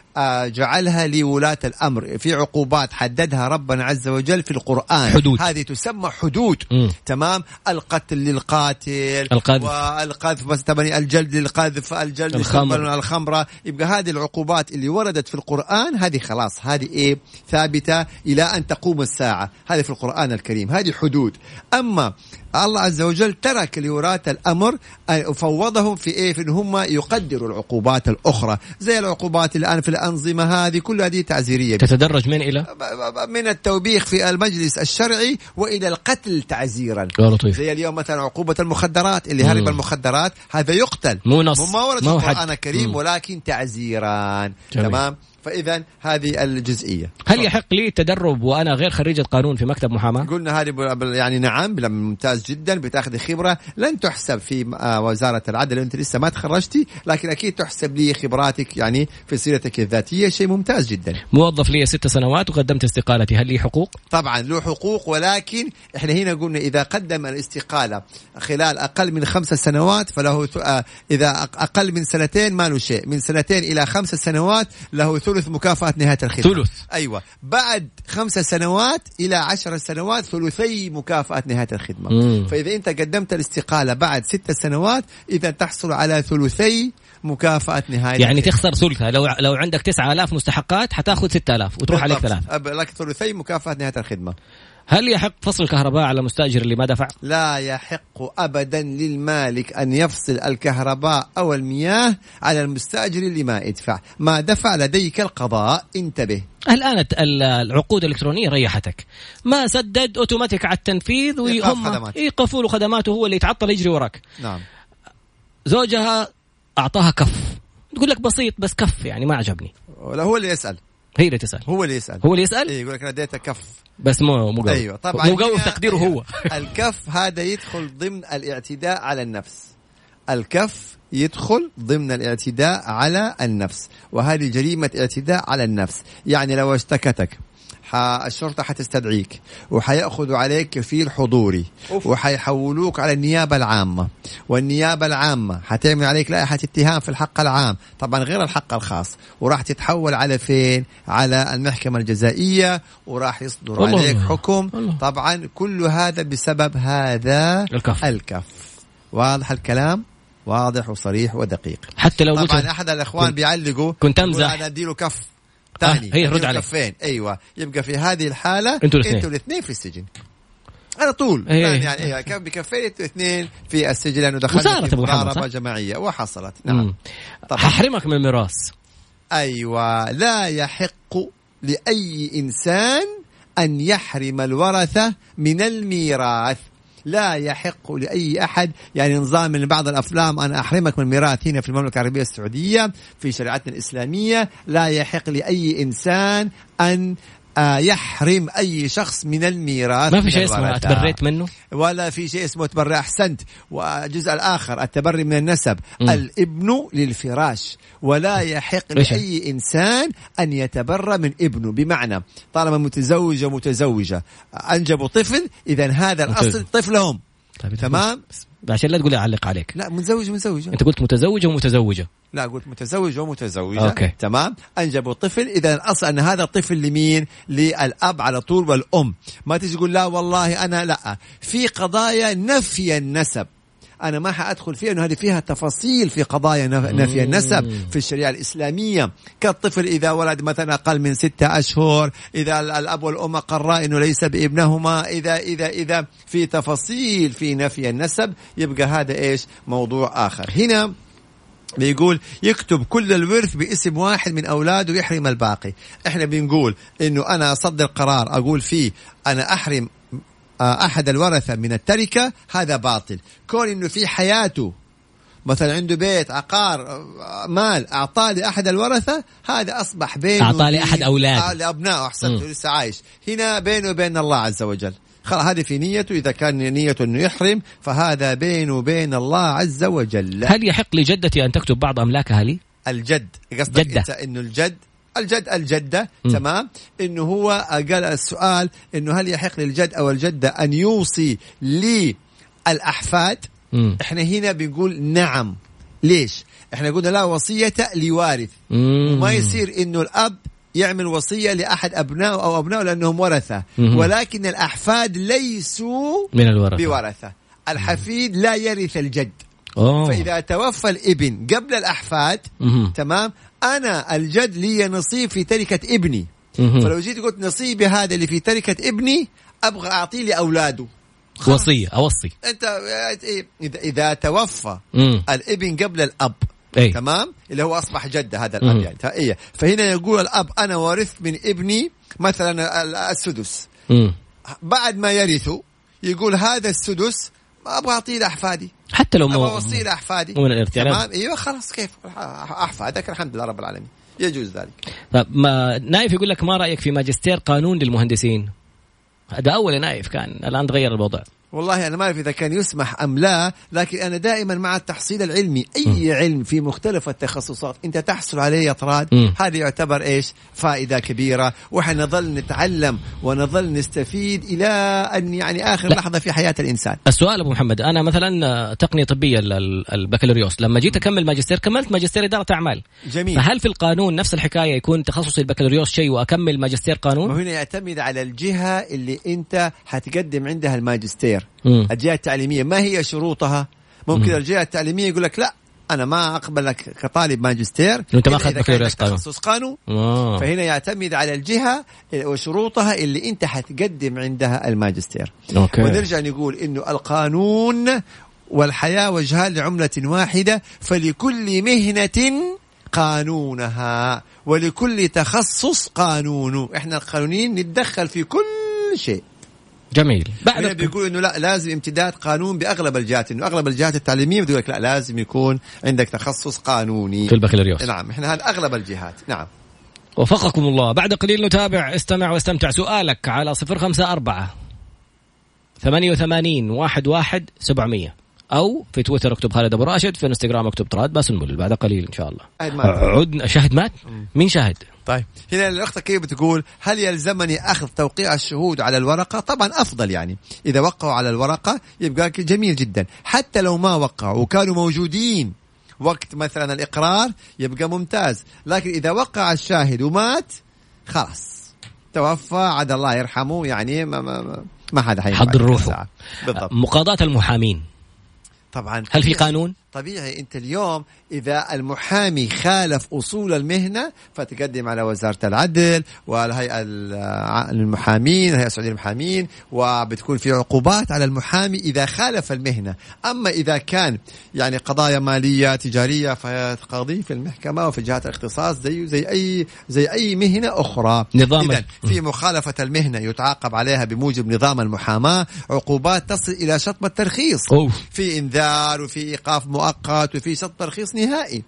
جعلها لولاة الأمر، في عقوبات حددها ربنا عز وجل في القرآن، حدود. هذه تسمى حدود. تمام. القتل للقاتل، والقذف بس تبني، الجلد للقذف، الجلد الخمرة. يبقى هذه العقوبات اللي وردت في القرآن هذه خلاص، هذه إيه ثابتة إلى أن تقوم الساعة، هذه في القرآن الكريم، هذه حدود. أما الله عز وجل ترك لولاة الأمر فوضهم في إيه؟ في إن هم يقدروا العقوبات الأخرى، زي العقوبات الآن في الأنظمة هذه كلها دي تعزيرية، تتدرج من التوبيخ في المجلس الشرعي وإلى القتل تعزيرا. زي اليوم مثلا عقوبة المخدرات، اللي هرب المخدرات هذا يقتل، مو نص، ما ورد في القرآن الكريم، ولكن تعزيرا. تمام. فإذا هذه الجزئية. هل يحق لي التدرب وأنا غير خريجة قانون في مكتب محاماة؟ قلنا هذه يعني نعم، ممتاز جدا، بتاخذ خبرة لن تحسب في وزارة العدل، أنت لسه ما تخرجتي، لكن أكيد تحسب لي خبراتك يعني في سيرتك الذاتية، شيء ممتاز جدا. موظف لي 6 سنوات وقدمت استقالتي، هل لي حقوق؟ طبعا له حقوق، ولكن احنا هنا قلنا إذا قدم الاستقالة خلال أقل من 5 سنوات فله إذا أقل من 2 ما له شيء، من 2 إلى 5 سنوات له ثلث مكافأة نهاية الخدمة. ثلث. أيوة. بعد 5 سنوات إلى 10 سنوات ثلثي مكافأة نهاية الخدمة. فإذا أنت قدمت الاستقالة بعد 6 سنوات إذا تحصل على ثلثي مكافأة نهاية يعني الخدمة. تخسر ثلثها، لو عندك 9000 مستحقات حتاخذ 6000 وتروح عليك 3. لك ثلثي مكافأة نهاية الخدمة. هل يحق فصل الكهرباء على مستأجر اللي ما دفع؟ لا يحق أبدا للمالك أن يفصل الكهرباء أو المياه على المستأجر اللي ما يدفع، ما دفع لديك القضاء. انتبه. الآن العقود الإلكترونية ريحتك، ما سدد أوتوماتيك على التنفيذ وهم يقفوا له خدماته، هو اللي يتعطل يجري وراك. نعم. زوجها أعطاها كف، تقول لك بسيط بس كف يعني ما عجبني، ولا هو اللي يسأل، هي اللي تسأل، هو اللي يسأل، إيه يقول لك أنا اديتك كف بس مو قوي. أيوة. طبعا مو قوي في تقديره. أيوة. هو الكف هذا يدخل ضمن الاعتداء على النفس، الكف يدخل ضمن الاعتداء على النفس، وهذه جريمة اعتداء على النفس. يعني لو اشتكتك الشرطة حتستدعيك وحيأخذوا عليك كفيل حضوري وحيحولوك على النيابة العامة، والنيابة العامة حتعمل عليك لائحة اتهام في الحق العام طبعا غير الحق الخاص، وراح تتحول على فين؟ على المحكمة الجزائية، وراح يصدر عليك حكم. طبعا كل هذا بسبب هذا الكف. واضح الكلام؟ واضح وصريح ودقيق. حتى لو طبعا أحد الأخوان بيعلقوا كنت أمزح أنا أديله كف ثاني، هي رد عليك كفين. أيوة. يبقى في هذه الحالة انتوا الاثنين في السجن على طول. يعني كان بكفين انتوا الاثنين في السجن لأنه دخلنا في مضاربة جماعية وحصلت. نعم. ححرمك من الميراث. أيوة. لا يحق لأي إنسان أن يحرم الورثة من الميراث، لا يحق لأي أحد. يعني نظام من بعض الأفلام أنا أحرمك من الميراث هنا في المملكة العربية السعودية في شريعتنا الإسلامية لا يحق لأي إنسان أن يحرم أي شخص من الميراث. ما في شيء اسمه أتبريت منه، ولا في شيء اسمه تبرئ. أحسنت. والجزء الآخر التبري من النسب. الابن للفراش، ولا يحق لأي إنسان أن يتبرى من ابنه، بمعنى طالما متزوجة أنجبوا طفل، إذن هذا الأصل طفلهم. تمام. عشان لا تقول أعلق عليك. لا متزوجة. أنت قلت متزوجة ومتزوجة. لا قلت متزوجة ومتزوجة. أوكي. تمام. أنجبوا طفل، إذا الأصل أن هذا الطفل لمين؟ للأب على طول والأم. ما تيجي تقول لا والله أنا لا. في قضايا نفي النسب أنا ما حأدخل فيها، أنه هذه فيها تفاصيل في قضايا نفي النسب في الشريعة الإسلامية. كالطفل إذا ولد مثلا أقل من 6 أشهر، إذا الأب والأم قرروا أنه ليس بابنهما، إذا في تفاصيل في نفي النسب، يبقى هذا إيش؟ موضوع آخر. هنا بيقول يكتب كل الورث باسم واحد من أولاده ويحرم الباقي. إحنا بنقول إنه أنا أصدر قرار أقول فيه أنا أحرم أحد الورثة من التركة، هذا باطل. كون إنه في حياته مثلا عنده بيت عقار مال أعطاه لأحد الورثة، هذا أصبح بينه أعطاه لأحد أولاده لأبنائه. أحسنت. لسه عايش هنا بينه وبين الله عز وجل. خلاص هذه في نيته. إذا كان نيته إنه يحرم فهذا بينه وبين الله عز وجل. هل يحق لجدتي أن تكتب بعض أملاكها لي؟ الجد قصدك أنت إنه الجدة. تمام. إنه هو قال السؤال إنه هل يحق للجد أو الجدة أن يوصي للأحفاد؟ إحنا هنا بنقول نعم ليش؟ احنا قلنا لا وصية لوارث، وما يصير انه الاب يعمل وصية لأحد أبنائه أو أبنائه لأنهم ورثة، ولكن الأحفاد ليسوا من الورثة بورثة. الحفيد لا يرث الجد. فإذا توفى الابن قبل الأحفاد تمام، أنا الجد لي نصيب في تركة ابني. فلو جيت قلت نصيبي هذا اللي في تركة ابني أبغى أعطيه لأولاده، وصية أوصي. أنت إذا توفى الابن قبل الأب تمام، اللي هو أصبح جد هذا الأب يعني إيه. فهنا يقول الأب أنا وارث من ابني مثلا السدس، بعد ما يرثه يقول هذا السدس ما أبغى أعطيه لأحفادي، حتى لو أبغى أوصيه لأحفادي من الارث تمام. أيوة خلاص، كيف أحفادك الحمد لله رب العالمين يجوز ذلك. طب ما نايف يقول لك ما رأيك في ماجستير قانون للمهندسين؟ هذا أول نايف كان، الآن تغير الوضع. والله أنا ما أعرف إذا كان يسمح أم لا، لكن أنا دائما مع التحصيل العلمي. أي علم في مختلف التخصصات أنت تحصل عليه يا طراد، هذا يعتبر إيش فائدة كبيرة، وحنظل نتعلم ونظل نستفيد إلى أن يعني آخر لحظة في حياة الإنسان. السؤال أبو محمد، أنا مثلا تقنية طبية البكالوريوس، لما جيت أكمل ماجستير كملت ماجستير إدارة أعمال. جميل. فهل في القانون نفس الحكاية يكون تخصص البكالوريوس شيء وأكمل ماجستير قانون؟ وهنا يعتمد على الجهة اللي أنت هتقدم عندها الماجستير. الجهة التعليمية ما هي شروطها؟ ممكن الجهة التعليمية يقول لك لا أنا ما أقبلك كطالب ماجستير أنت ما أخذت بكالوريوس تخصص قانون. فهنا يعتمد على الجهة وشروطها اللي أنت هتقدم عندها الماجستير. ونرجع نقول إنه القانون والحياة وجهان لعملة واحدة، فلكل مهنة قانونها ولكل تخصص قانونه. إحنا القانونيين نتدخل في كل شيء. جميل. بعد بيقول انه لا لازم امتداد قانون باغلب الجهات، انه اغلب الجهات التعليميه بتقول لك لا لازم يكون عندك تخصص قانوني في البكالوريوس. نعم، احنا هذا اغلب الجهات. نعم. وفقكم الله. بعد قليل نتابع. استمع واستمتع. سؤالك على 054 88 11 700 أو في تويتر اكتب خالد أبو راشد، في انستغرام اكتب طراد باسنبل. بعد قليل إن شاء الله. عدنا. شاهد مات؟ مين شاهد؟ طيب هنا الأخت كيف بتقول هل يلزمني أخذ توقيع الشهود على الورقة؟ طبعا أفضل، يعني إذا وقعوا على الورقة يبقى جميل جدا، حتى لو ما وقعوا وكانوا موجودين وقت مثلا الإقرار يبقى ممتاز. لكن إذا وقع الشاهد ومات خلاص توفى، عاد الله يرحمه، يعني ما حدا حينفع حضر روحه. بالضبط. مقاضاة المحامين طبعا هل في قانون؟ طبيعي. انت اليوم اذا المحامي خالف اصول المهنه فتقدم على وزاره العدل والهيئه المحامين، الهيئه السعوديه للمحامين، وبتكون في عقوبات على المحامي اذا خالف المهنه. اما اذا كان يعني قضايا ماليه تجاريه فتقاضي في المحكمه وفي جهات الاختصاص زي اي مهنه اخرى. نظام في مخالفه المهنه يتعاقب عليها بموجب نظام المحاماه، عقوبات تصل الى شطب الترخيص، في انذار وفي ايقاف مؤقت وفي شطب ترخيص نهائي.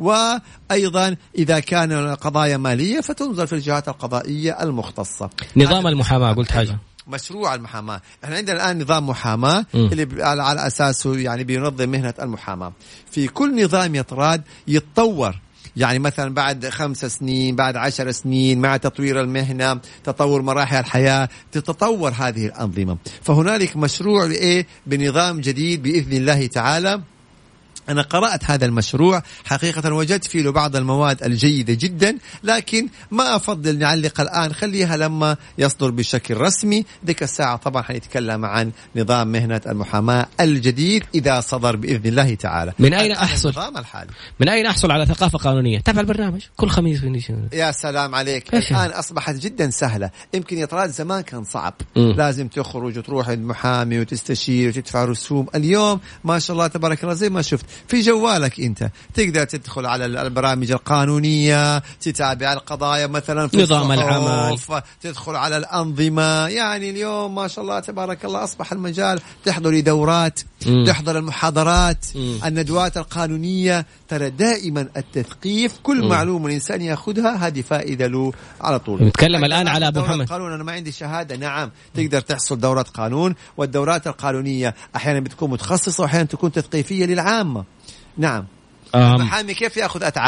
وأيضا إذا كان قضايا مالية فتنظر في الجهات القضائية المختصة. نظام المحاماة قلت حاجة، مشروع المحاماة. احنا عندنا الآن نظام محاماة اللي على أساسه يعني بينظم مهنة المحاماة. في كل نظام يطراد يتطور، يعني مثلا بعد 5 سنين بعد 10 سنين مع تطوير المهنة، تطور مراحل الحياة، تتطور هذه الأنظمة. فهنالك مشروع بنظام جديد بإذن الله تعالى. أنا قرأت هذا المشروع حقيقة، وجدت فيه بعض المواد الجيدة جدا، لكن ما أفضل نعلق الآن، خليها لما يصدر بشكل رسمي. ذيك الساعة طبعا حنتكلم عن نظام مهنة المحاماة الجديد إذا صدر بإذن الله تعالى. من أين أحصل؟ من أين أحصل على ثقافة قانونية؟ تابع البرنامج كل خميس يا سلام عليك. الآن أصبحت جدا سهلة. يمكن يطراد زمان كان صعب، لازم تخرج وتروح عند محامي وتستشير وتدفع رسوم. اليوم ما شاء الله تبارك الله زي ما شفت في جوالك أنت تقدر تدخل على البرامج القانونية، تتابع القضايا مثلا في نظام العمل، تدخل على الأنظمة. يعني اليوم ما شاء الله تبارك الله أصبح المجال تحضر دورات، تحضر المحاضرات، الندوات القانونية. ترى دائما التثقيف، كل معلومة الإنسان يأخذها هذه فائدة له على طول. نتكلم الآن على أبو محمد قانون. أنا ما عندي شهادة، نعم تقدر تحصل دورات قانون، والدورات القانونية أحيانا بتكون متخصصة وأحيانا تكون تثقيفية للعامة. نعم. المحامي كيف يأخذ أتعابه؟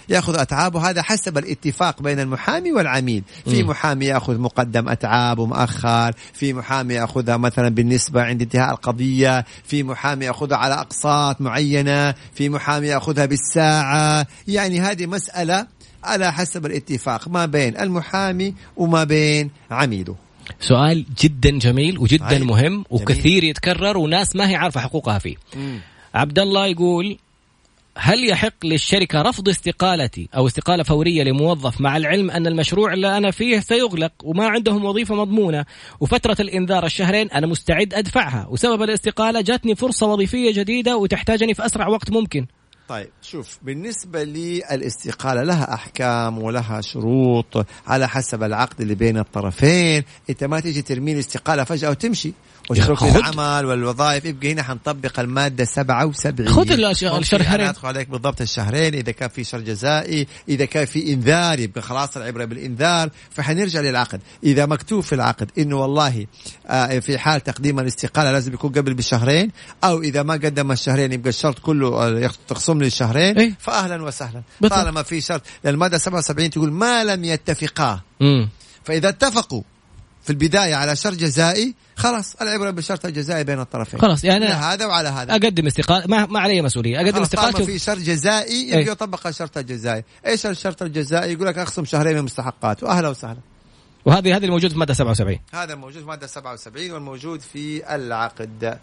يأخذ أتعابه. هذا حسب الاتفاق بين المحامي والعميل. في محامي يأخذ مقدم أتعاب ومؤخر، في محامي يأخذها مثلا بالنسبة عند انتهاء القضية، في محامي يأخذها على أقساط معينة، في محامي يأخذها بالساعة. يعني هذه مسألة على حسب الاتفاق ما بين المحامي وما بين عميله. سؤال جدا جميل وجدا مهم وكثير يتكرر وناس ما هي عارفة حقوقها فيه. عبد الله يقول: هل يحق للشركة رفض استقالتي أو استقالة فورية لموظف مع العلم أن المشروع اللي أنا فيه سيغلق وما عندهم وظيفة مضمونة وفترة الإنذار الشهرين أنا مستعد أدفعها، وسبب الاستقالة جاتني فرصة وظيفية جديدة وتحتاجني في أسرع وقت ممكن؟ طيب شوف، بالنسبة للاستقالة لها أحكام ولها شروط على حسب العقد اللي بين الطرفين. أنت ما تيجي ترمي الاستقالة فجأة وتمشي. وشروط العمل والوظائف يبقى هنا حنطبق المادة 77. خذ الشهرين، أدخل عليك بالضبط الشهرين. إذا كان في شر جزائي، إذا كان في إنذار يبقى خلاص العبرة بالإنذار، فحنرجع للعقد. إذا مكتوب في العقد إنه والله في حال تقديم الاستقالة لازم يكون قبل بالشهرين، أو إذا ما قدم الشهرين يبقى الشرط كله تخصم لي الشهرين، فأهلا وسهلا. طالما في شرط، المادة 77 تقول ما لم يتفقا. فإذا اتفقوا في البداية على شرط جزائي خلاص العبرة بالشرط الجزائي بين الطرفين. خلاص يعني هذا وعلى هذا أقدم استقالة، ما علي مسؤولية، أقدم استقالة. طالما في شرط جزائي يبقى يطبق الشرط الجزائي. إيش الشرط الجزائي؟ يقول لك أخصم شهرين من مستحقات، وأهلا وسهلا. وهذه الموجود في مادة 77. هذا موجود في مادة 77 والموجود في العقد.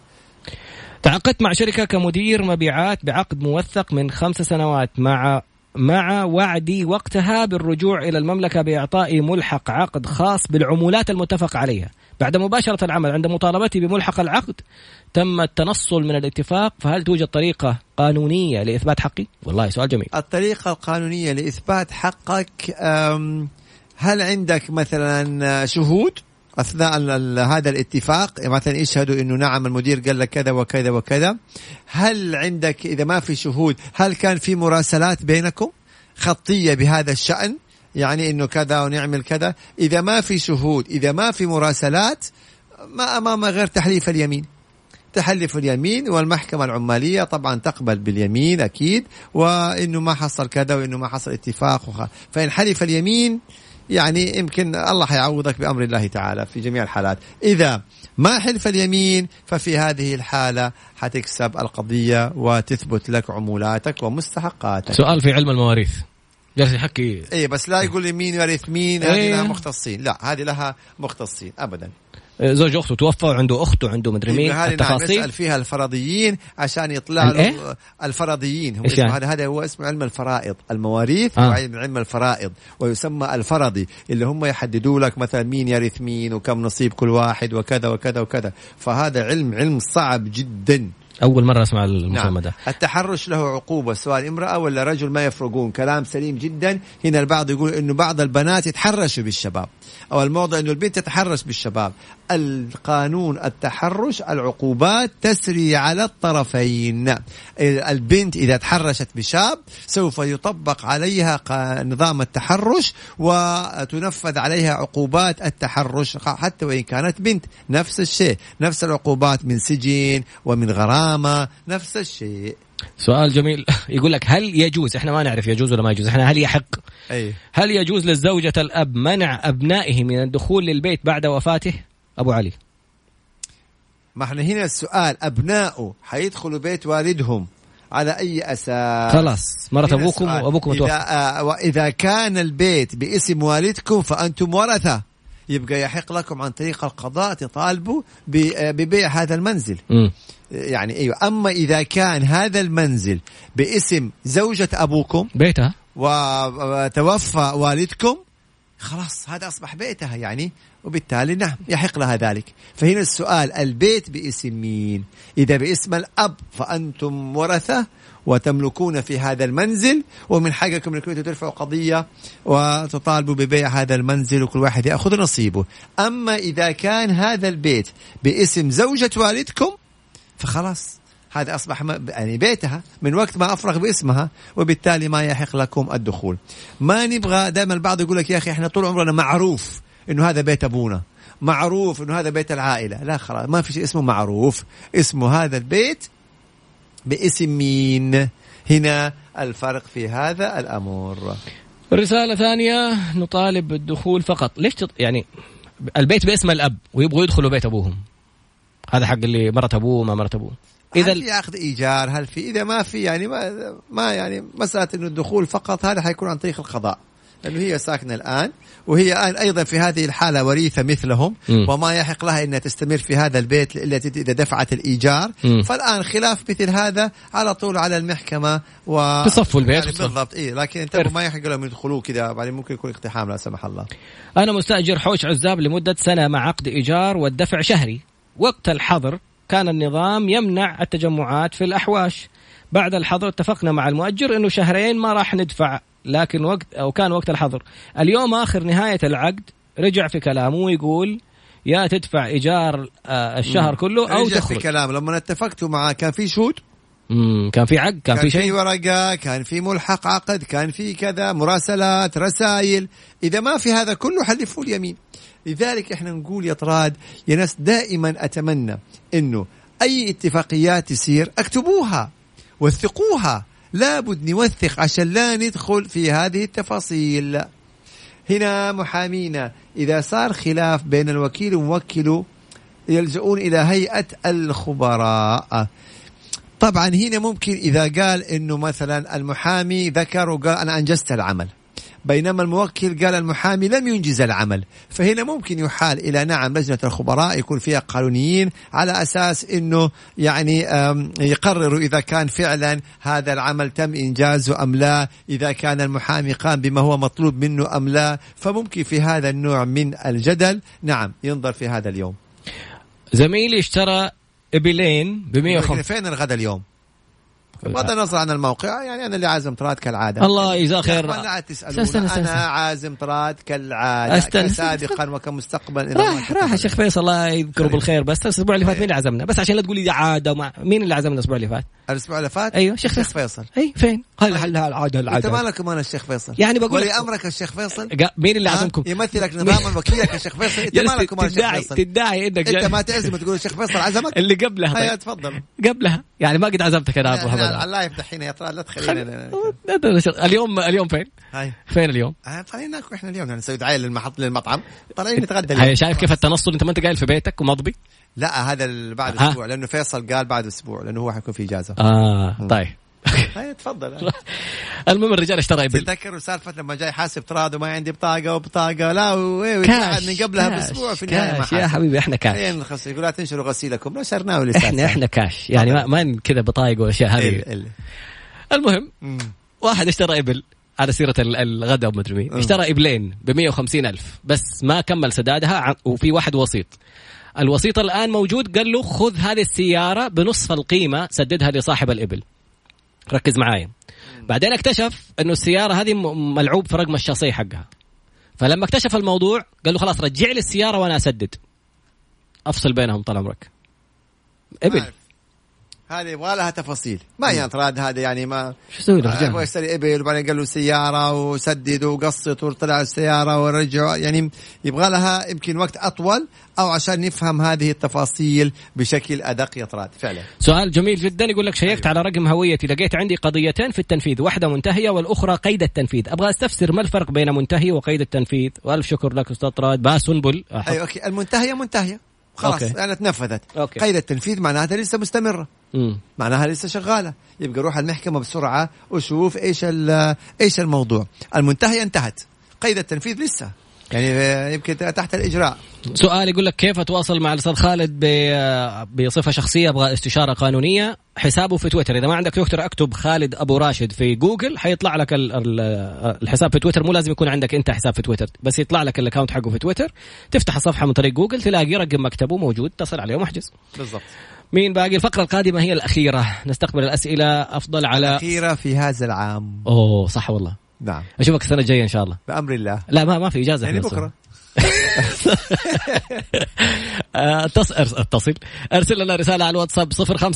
تعاقدت مع شركة كمدير مبيعات بعقد موثق من 5 سنوات مع وعدي وقتها بالرجوع إلى المملكة بإعطائي ملحق عقد خاص بالعمولات المتفق عليها. بعد مباشرة العمل عند مطالبتي بملحق العقد تم التنصل من الاتفاق، فهل توجد طريقة قانونية لإثبات حقي؟ والله سؤال جميل. الطريقة القانونية لإثبات حقك، هل عندك مثلا شهود أثناء هذا الاتفاق مثلا يشهدوا إنه نعم المدير قال لك كذا وكذا وكذا؟ هل عندك، إذا ما في شهود، هل كان في مراسلات بينكم خطية بهذا الشأن؟ يعني إنه كذا ونعمل كذا. إذا ما في شهود، إذا ما في مراسلات، ما أمام غير تحليف اليمين. تحلف اليمين، والمحكمة العمالية طبعا تقبل باليمين أكيد، وإنه ما حصل كذا وإنه ما حصل اتفاق. فإن حلف اليمين يعني يمكن الله حيعوضك بأمر الله تعالى في جميع الحالات. إذا ما حلف اليمين ففي هذه الحالة حتكسب القضية وتثبت لك عمولاتك ومستحقاتك. سؤال في علم المواريث جالس يحكي إيه، بس لا يقول مين يورث مين. هذه لها مختصين. لا، هذه لها مختصين أبدا. زوج أخته توفى وعنده أخته وعنده مدري مين. التفاصيل نسأل فيها الفرضيين عشان يطلع له الفرضيين. هم هذا هو اسمه علم الفرائض. المواريث هو علم الفرائض، ويسمى الفرضي، اللي هم يحددوا لك مثلا مين يرث مين وكم نصيب كل واحد وكذا وكذا وكذا. فهذا علم صعب جدا. أول مرة أسمع المسمى ده. التحرش له عقوبة سواء امرأة ولا رجل، ما يفرقون. كلام سليم جدا. هنا البعض يقول إنه بعض البنات يتحرشوا بالشباب، أو الموضوع إنه البنت تتحرش بالشباب. القانون التحرش العقوبات تسري على الطرفين. البنت إذا تحرشت بشاب سوف يطبق عليها نظام التحرش وتنفذ عليها عقوبات التحرش حتى وإن كانت بنت. نفس الشيء، نفس العقوبات من سجن ومن غرامة، نفس الشيء. سؤال جميل يقول لك هل يجوز، احنا ما نعرف يجوز ولا ما يجوز، احنا هل يحق هل يجوز للزوجة الأب منع أبنائه من الدخول للبيت بعد وفاته؟ أبو علي. ما احنا هنا السؤال، أبنائه حيدخلوا بيت والدهم على أي أساس؟ خلاص مرت أبوكم وأبوكم توفى. وإذا كان البيت باسم والدكم فأنتم ورثة، يبقى يحق لكم عن طريق القضاء تطالبوا ببيع هذا المنزل. يعني أيوة. أما إذا كان هذا المنزل باسم زوجة أبوكم بيتها وتوفى والدكم، خلاص هذا أصبح بيتها يعني، وبالتالي نعم يحق لها ذلك. فهنا السؤال، البيت باسم مين؟ إذا باسم الأب فأنتم ورثة وتملكون في هذا المنزل، ومن حقكم أنكم ترفعوا قضية وتطالبوا ببيع هذا المنزل وكل واحد يأخذ نصيبه. أما إذا كان هذا البيت باسم زوجة والدكم فخلاص هذا أصبح يعني بيتها من وقت ما أفرغ باسمها، وبالتالي ما يحق لكم الدخول. ما نبغى دائما البعض يقول لك يا أخي إحنا طول عمرنا معروف إنه هذا بيت أبونا، معروف إنه هذا بيت العائلة. لا خلاص، ما في شيء اسمه معروف، اسمه هذا البيت باسم مين. هنا الفرق في هذا الأمر. رسالة ثانية: نطالب بالدخول فقط. ليش يعني البيت باسم الأب ويبغوا يدخلوا بيت أبوهم؟ هذا حق اللي مرت أبوه ما مرت أبوه. إذا هل في أخذ إيجار؟ هل في؟ إذا ما في يعني ما يعني مسألة إنه الدخول فقط هذا حيكون عن طريق القضاء، لأنه هي ساكنة الآن وهي أيضا في هذه الحالة وريثة مثلهم، وما يحق لها أنها تستمر في هذا البيت إلا إذا دفعت الإيجار. فالآن خلاف مثل هذا على طول على المحكمة تصفوا البيت يعني بالضبط. إيه لكن انتبهوا ما يحق لهم يدخلوا كذا، بعدين ممكن يكون اقتحام لا سمح الله. أنا مستأجر حوش عزاب لمدة سنة مع عقد إيجار والدفع شهري. وقت الحظر كان النظام يمنع التجمعات في الأحواش. بعد الحظر اتفقنا مع المؤجر إنه شهرين ما راح ندفع، لكن كان وقت الحظر. اليوم آخر نهاية العقد رجع في كلامه ويقول يا تدفع إيجار الشهر كله أو تخرج. في كلام لما اتفقتوا معه كان في شهود، كان في عقد، كان في شيء، في ورقة، كان في ملحق عقد، كان في كذا مراسلات رسائل. إذا ما في هذا كله حلفوا اليمين. لذلك احنا نقول يا طراد يا ناس دائما أتمنى إنه أي اتفاقيات تصير اكتبوها وثقوها، لابد نوثق عشان لا ندخل في هذه التفاصيل. هنا محامينا إذا صار خلاف بين الوكيل وموكله يلجؤون إلى هيئة الخبراء. طبعا هنا ممكن إذا قال إنه مثلا المحامي ذكر وقال أنا أنجزت العمل، بينما الموكل قال المحامي لم ينجز العمل، فهنا ممكن يحال إلى نعم لجنة الخبراء يكون فيها قانونيين على أساس إنه يعني يقرروا إذا كان فعلا هذا العمل تم إنجازه أم لا، إذا كان المحامي قام بما هو مطلوب منه أم لا. فممكن في هذا النوع من الجدل نعم ينظر في هذا اليوم. زميلي اشترى إبلين ب150. فين الغد اليوم؟ بغض النظر عن الموقع، يعني أنا اللي عازم طراد كالعادة. الله يجزاه خير. لا تسألون، أنا عازم طراد كالعادة كسابقا وكمستقبل. راح الشيخ فيصل الله يذكره بالخير. بس الأسبوع اللي فات مين اللي عزمنا؟ بس عشان لا تقولي عادة مين اللي عزمنا الأسبوع اللي فات؟ الأسبوع اللي فات أيوه الشيخ فيصل. أي فين؟ العادة العادة. أنت مالك ومال الشيخ فيصل؟ يعني بقول ولي أمرك الشيخ فيصل. مين اللي عزمكم؟ يمثلك نظام وكيلك الشيخ فيصل. أنت مالك ومال الشيخ فيصل؟ تدعي إنك أنت ما تعزم تقول الشيخ فيصل عزمك اللي قبلها. هيا تفضل قبلها يعني ما قد عزمتك أنا أبو حمد. الله يفتح هنا يا طراد لا تخلينا. اليوم فين اليوم؟ طالعين ناكل احنا اليوم، نسوي دعاية للمطعم، طالعين نتغدى اليوم. شايف كيف التنصل؟ انت ما انت قايل في بيتك ومضبي. لا هذا بعد اسبوع، لانه فيصل قال بعد اسبوع لانه هو حيكون في اجازه. طيب هاي تفضل. المهم الرجال اشترى ابل. تذكروا سالفه لما جاي حاسب طراد وما عندي بطاقه لا من قبلها باسبوع في النهايه يا حبيبي احنا كاش. يقول لا تنشروا غسيلكم نشرناه لسه. احنا كاش يعني ما كذا بطايق واشياء هذه. المهم واحد اشترى ابل على سيرة الغداء ومدري مين، اشترى إبلين ب150,000 بس ما كمل سدادها، وفي واحد وسيط. الوسيط الآن موجود، قال له خذ هذه السيارة بنصف القيمة سددها لصاحب الإبل. ركز معايا. بعدين اكتشف أنه السيارة هذه ملعوب في رقم الشاصي حقها، فلما اكتشف الموضوع قال له خلاص رجع لي السيارة وأنا أسدد. أفصل بينهم طال عمرك. إبل هذه يبغى لها تفاصيل، ما ينطراد هذا يعني ما شو يسوي الرجال؟ يبغى يشتري إبل وبعدين قال له سيارة وسدد وقسط وطلع السيارة ورجع، يعني يبغى لها يمكن وقت أطول أو عشان نفهم هذه التفاصيل بشكل أدق يا طراد. فعلا سؤال جميل جدا. يقول لك شيكت على رقم هويتي لقيت عندي قضيتين في التنفيذ، واحدة منتهية والأخرى قيد التنفيذ، أبغى أستفسر ما الفرق بين منتهي وقيد التنفيذ؟ وألف شكر لك أستاذ طراد. باسنبل. أيوة أوكي. المنتهية منتهية خلاص يعني تنفذت. قيد التنفيذ معناها لسه مستمرة، معناها لسه شغالة، يبقى روح المحكمة بسرعة وشوف إيش الموضوع. المنتهية انتهت، قيد التنفيذ لسه يعني يمكن تحت الإجراء. سؤال يقول لك كيف أتواصل مع الأستاذ خالد بصفة شخصية، أبغى استشارة قانونية. حسابه في تويتر، إذا ما عندك تويتر اكتب خالد أبو راشد في جوجل حيطلع لك الحساب في تويتر. مو لازم يكون عندك أنت حساب في تويتر، بس يطلع لك الأكاونت حقه في تويتر. تفتح الصفحة من طريق جوجل تلاقي رقم مكتبه موجود، تصل عليه ومحجز. بالضبط. مين باقي؟ الفقرة القادمة هي الأخيرة، نستقبل الأسئلة أفضل على الأخيرة في هذا العام. صح والله. نعم. أشوفك السنة الجاية إن شاء الله بأمر الله. لا ما في إجازة يعني بكرة اتصل ارسل لنا رسالة على الواتساب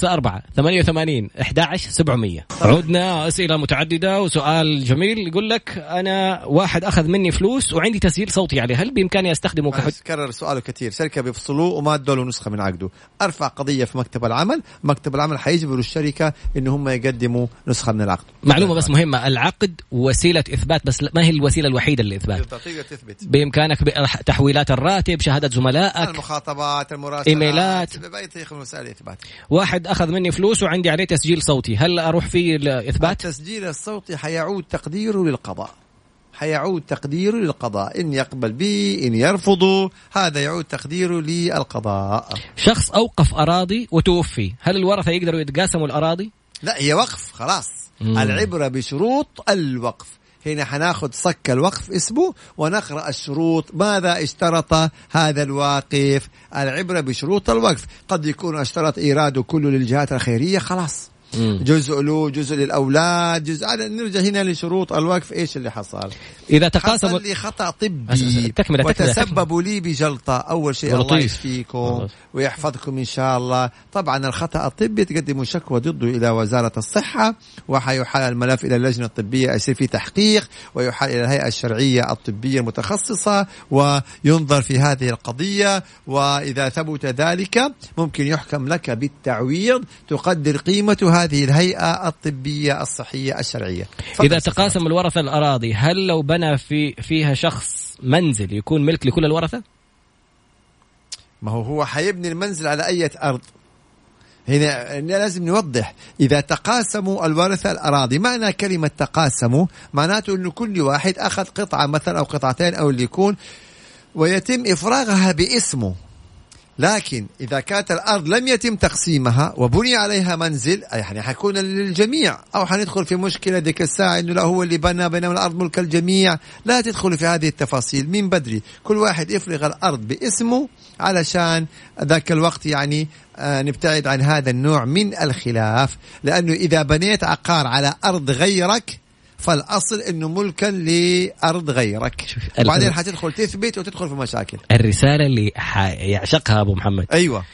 054-88-11-700. عدنا أسئلة متعددة وسؤال جميل يقول لك أنا واحد أخذ مني فلوس وعندي تسجيل صوتي عليه، هل بإمكاني أستخدمه كحجة؟ كرر سؤاله كثير. شركة بيفصلوه وما ادوا له نسخة من عقده، أرفع قضية في مكتب العمل، مكتب العمل حيجبروا الشركة إن هم يقدموا نسخة من العقد. معلومة بس مهمة، العقد وسيلة إثبات بس ما هي الوسيلة الوحيدة للإثبات. بإمكانك تحويلات الراتب، شهادة زملائك، المخاطبات، المراسلات، إيميلات، وسائل إثبات. واحد أخذ مني فلوس وعندي عليه تسجيل صوتي، هل أروح فيه الإثبات؟ التسجيل الصوتي حيعود تقديره للقضاء، حيعود تقديره للقضاء، إن يقبل به إن يرفضه، هذا يعود تقديره للقضاء. شخص أوقف أراضي وتوفي، هل الورثة يقدروا يتقاسموا الأراضي؟ لا، هي وقف خلاص. العبرة بشروط الوقف. هنا حناخد صك الوقف اسمه ونقرأ الشروط، ماذا اشترط هذا الواقف. العبرة بشروط الوقف، قد يكون اشترط إيراده كله للجهات الخيرية، خلاص جزء له، جزء للأولاد، جزء. نرجع هنا لشروط الوقف. إيش اللي حصل؟ إذا تقاسم حصل لي خطأ طبي وتسببوا لي بجلطة، أول شيء الله يشفيكم ويحفظكم إن شاء الله. طبعا الخطأ الطبي تقدموا شكوى ضده إلى وزارة الصحة، وحيحال الملف إلى اللجنة الطبية، يصير في تحقيق ويحال إلى الهيئة الشرعية الطبية المتخصصة وينظر في هذه القضية، وإذا ثبت ذلك ممكن يحكم لك بالتعويض تقدر قيمة هذه الهيئة الطبية الصحية الشرعية. إذا تقاسم الورثة الأراضي، هل لو بنى فيها شخص منزل يكون ملك لكل الورثة؟ ما هو حيبني المنزل على أي أرض. هنا لازم نوضح، إذا تقاسموا الورثة الأراضي، معنى كلمة تقاسموا معناته أنه كل واحد أخذ قطعة مثلا أو قطعتين أو اللي يكون، ويتم إفراغها باسمه. لكن إذا كانت الأرض لم يتم تقسيمها وبني عليها منزل، يعني حيكون للجميع، أو حندخل في مشكلة ذيك الساعة إنه لا هو اللي بنى بينما الأرض ملك الجميع. لا تدخلوا في هذه التفاصيل من بدري، كل واحد يفرغ الأرض باسمه علشان ذاك الوقت يعني نبتعد عن هذا النوع من الخلاف. لأنه إذا بنيت عقار على أرض غيرك فالأصل إنه ملكا لأرض غيرك، وبعدين حتدخل تثبت وتدخل في مشاكل. الرسالة اللي يعشقها أبو محمد، أيوة،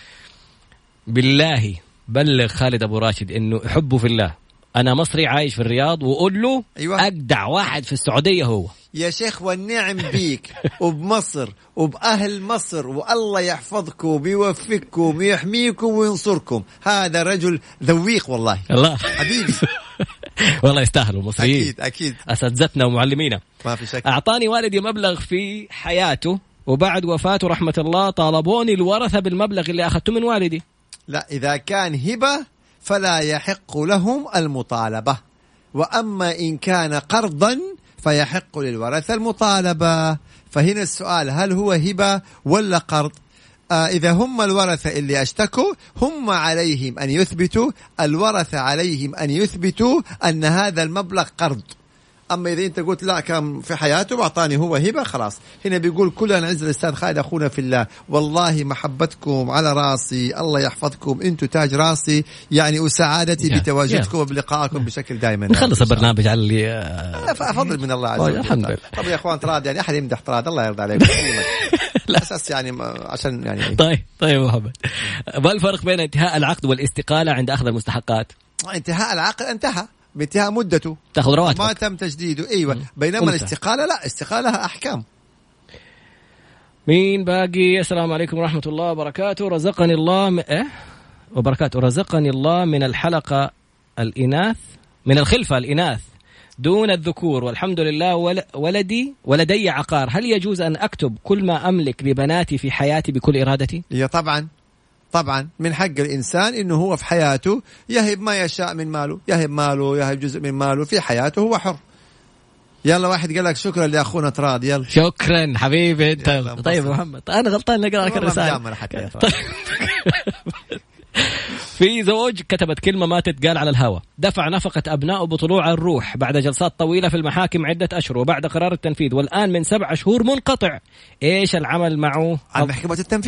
بالله بلغ خالد أبو راشد إنه حبه في الله، أنا مصري عايش في الرياض، وقول له أيوة. أجدع واحد في السعودية هو يا شيخ، والنعم بيك وبمصر وبأهل مصر، والله يحفظكم ويوفقكم ويحميكم وينصركم. هذا رجل ذويق والله، الله حبيبي. والله يستاهلوا المصريين، أكيد أكيد، أساتذتنا ومعلمينا. ما في شك. أعطاني والدي مبلغ في حياته، وبعد وفاته رحمة الله طالبوني الورثة بالمبلغ اللي أخذته من والدي. لا، إذا كان هبة فلا يحق لهم المطالبة، وأما إن كان قرضا فيحق للورثة المطالبة. فهنا السؤال، هل هو هبة ولا قرض؟ إذا هم الورثة اللي اشتكوا، هم عليهم أن يثبتوا، الورثة عليهم أن يثبتوا أن هذا المبلغ قرض. أما إذا أنت قلت لا كان في حياته وأعطاني هو هبة، خلاص. هنا بيقول كلنا نعز الأستاذ خالد أخونا في الله، والله محبتكم على راسي، الله يحفظكم، أنتوا تاج راسي يعني، وسعادتي بتواجدكم وبلقائكم بشكل دائما. نخلص البرنامج على اللي أفضل من الله عز وجل. الحمد لله. طب يا أخوان تراضي يعني أحد يمدح تراضي، الله يرضى عليكم. لا أساس يعني عشان يعني. طيب محمد، ما الفرق بين انتهاء العقد والاستقالة عند أخذ المستحقات؟ انتهاء العقد انتهى بانتهاء مدته، تاخذ رواتبك، ما تم تجديده. ايوه، بينما الاستقالة لا، استقالها احكام. مين باقي؟ السلام عليكم ورحمة الله وبركاته. رزقني الله وبركاته. رزقني الله من الحلقة الإناث، من الخلفة الإناث دون الذكور، والحمد لله ولدي عقار، هل يجوز أن أكتب كل ما أملك لبناتي في حياتي بكل إرادتي؟ يا طبعا من حق الإنسان إنه هو في حياته يهب ما يشاء من ماله، يهب ماله، يهب جزء من ماله في حياته، هو حر. يلا واحد قال لك شكرا لأخونا تراد، يلا شكرا حبيبي انت. طيب محمد، أنا غلطان نقرأ لك الرسالة. في زوج كتبت كلمة ما تتقال على الهواء، دفع نفقة أبنائه بطلوع الروح بعد جلسات طويلة في المحاكم عدة أشهر وبعد قرار التنفيذ، والآن من 7 شهور منقطع. إيش العمل معه؟ عن محكمة التنفيذ.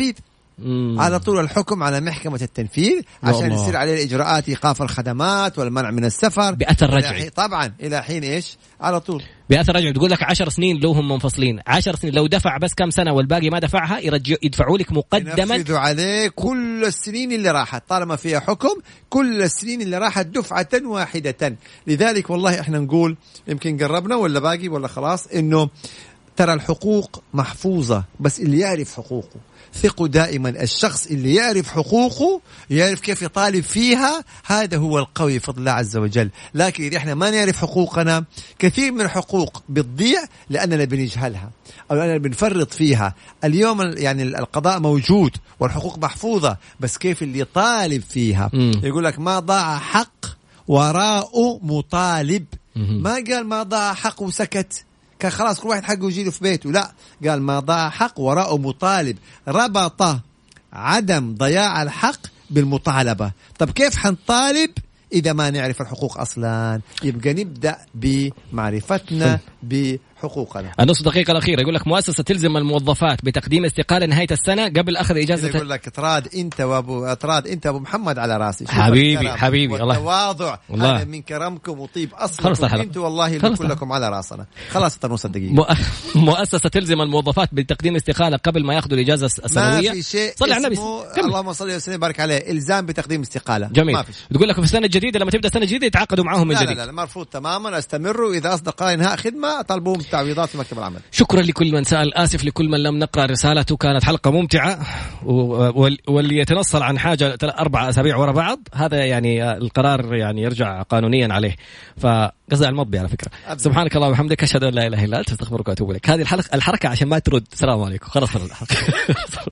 على طول الحكم على محكمة التنفيذ عشان يصير عليه الإجراءات، إيقاف الخدمات والمنع من السفر بأثر رجعي. طبعا إلى حين إيش؟ على طول بأثر رجعي. تقول لك 10 سنين لو هم منفصلين، 10 سنين لو دفع بس كم سنة والباقي ما دفعها يدفعوا لك مقدما، ينفذوا عليه كل السنين اللي راحت طالما فيها حكم، كل السنين اللي راحت دفعة واحدة. لذلك والله احنا نقول يمكن قربنا ولا باقي ولا خلاص، إنه ترى الحقوق محفوظة، بس اللي يعرف حقوقه. ثقوا دائما الشخص اللي يعرف حقوقه يعرف كيف يطالب فيها، هذا هو القوي بفضل الله عز وجل. لكن إذا احنا ما نعرف حقوقنا، كثير من الحقوق بتضيع لأننا بنجهلها أو لأننا بنفرط فيها. اليوم يعني القضاء موجود والحقوق محفوظة، بس كيف اللي يطالب فيها. يقول لك ما ضاع حق وراءه مطالب، ما قال ما ضاع حق وسكت كان خلاص كل واحد حقه يجيله في بيته، لا، قال ما ضاع حق وراءه مطالب، ربط عدم ضياع الحق بالمطالبة. طب كيف حنطالب إذا ما نعرف الحقوق أصلا؟ يبقى نبدأ بمعرفتنا بحقوقنا. النص دقيقة الأخيرة يقول لك مؤسسة تلزم الموظفات بتقديم استقالة نهاية السنة قبل أخذ إجازة. يقول لك اطراد أنت وأبو محمد على راسي. حبيبي الله والتواضع هذا من كرمكم وطيب أصلكم أنتوا والله كلكم على راسنا. خلاص نص دقيقة. مؤسسة تلزم الموظفات بتقديم استقالة قبل ما ياخذوا الإجازة السنوية. ما في شيء صلي على النبي، اللهم صل وسلم وبارك عليه، إلزام بتقديم استقالة. جميل. تقول لك في السنة الجديدة لما تبدأ السنة الجديدة يتعاقدوا معهم من جديد. لا مرفوض تماما، استمروا. إذا أصدق إنهاء خدمة طالبوهم تعويضات في مكتب العمل. شكرا لكل من سأل، آسف لكل من لم نقرأ رسالته. كانت حلقة ممتعة، واللي يتنصل عن حاجة 4 أسابيع ورا بعض هذا يعني القرار يعني يرجع قانونيا عليه، فقصد المضبي على فكرة. سبحانك اللهم وبحمدك، أشهد أن لا إله إلا أنت، أستغفرك وأتوب إليك. هذه الحركة عشان ما ترد السلام عليكم، خلاص.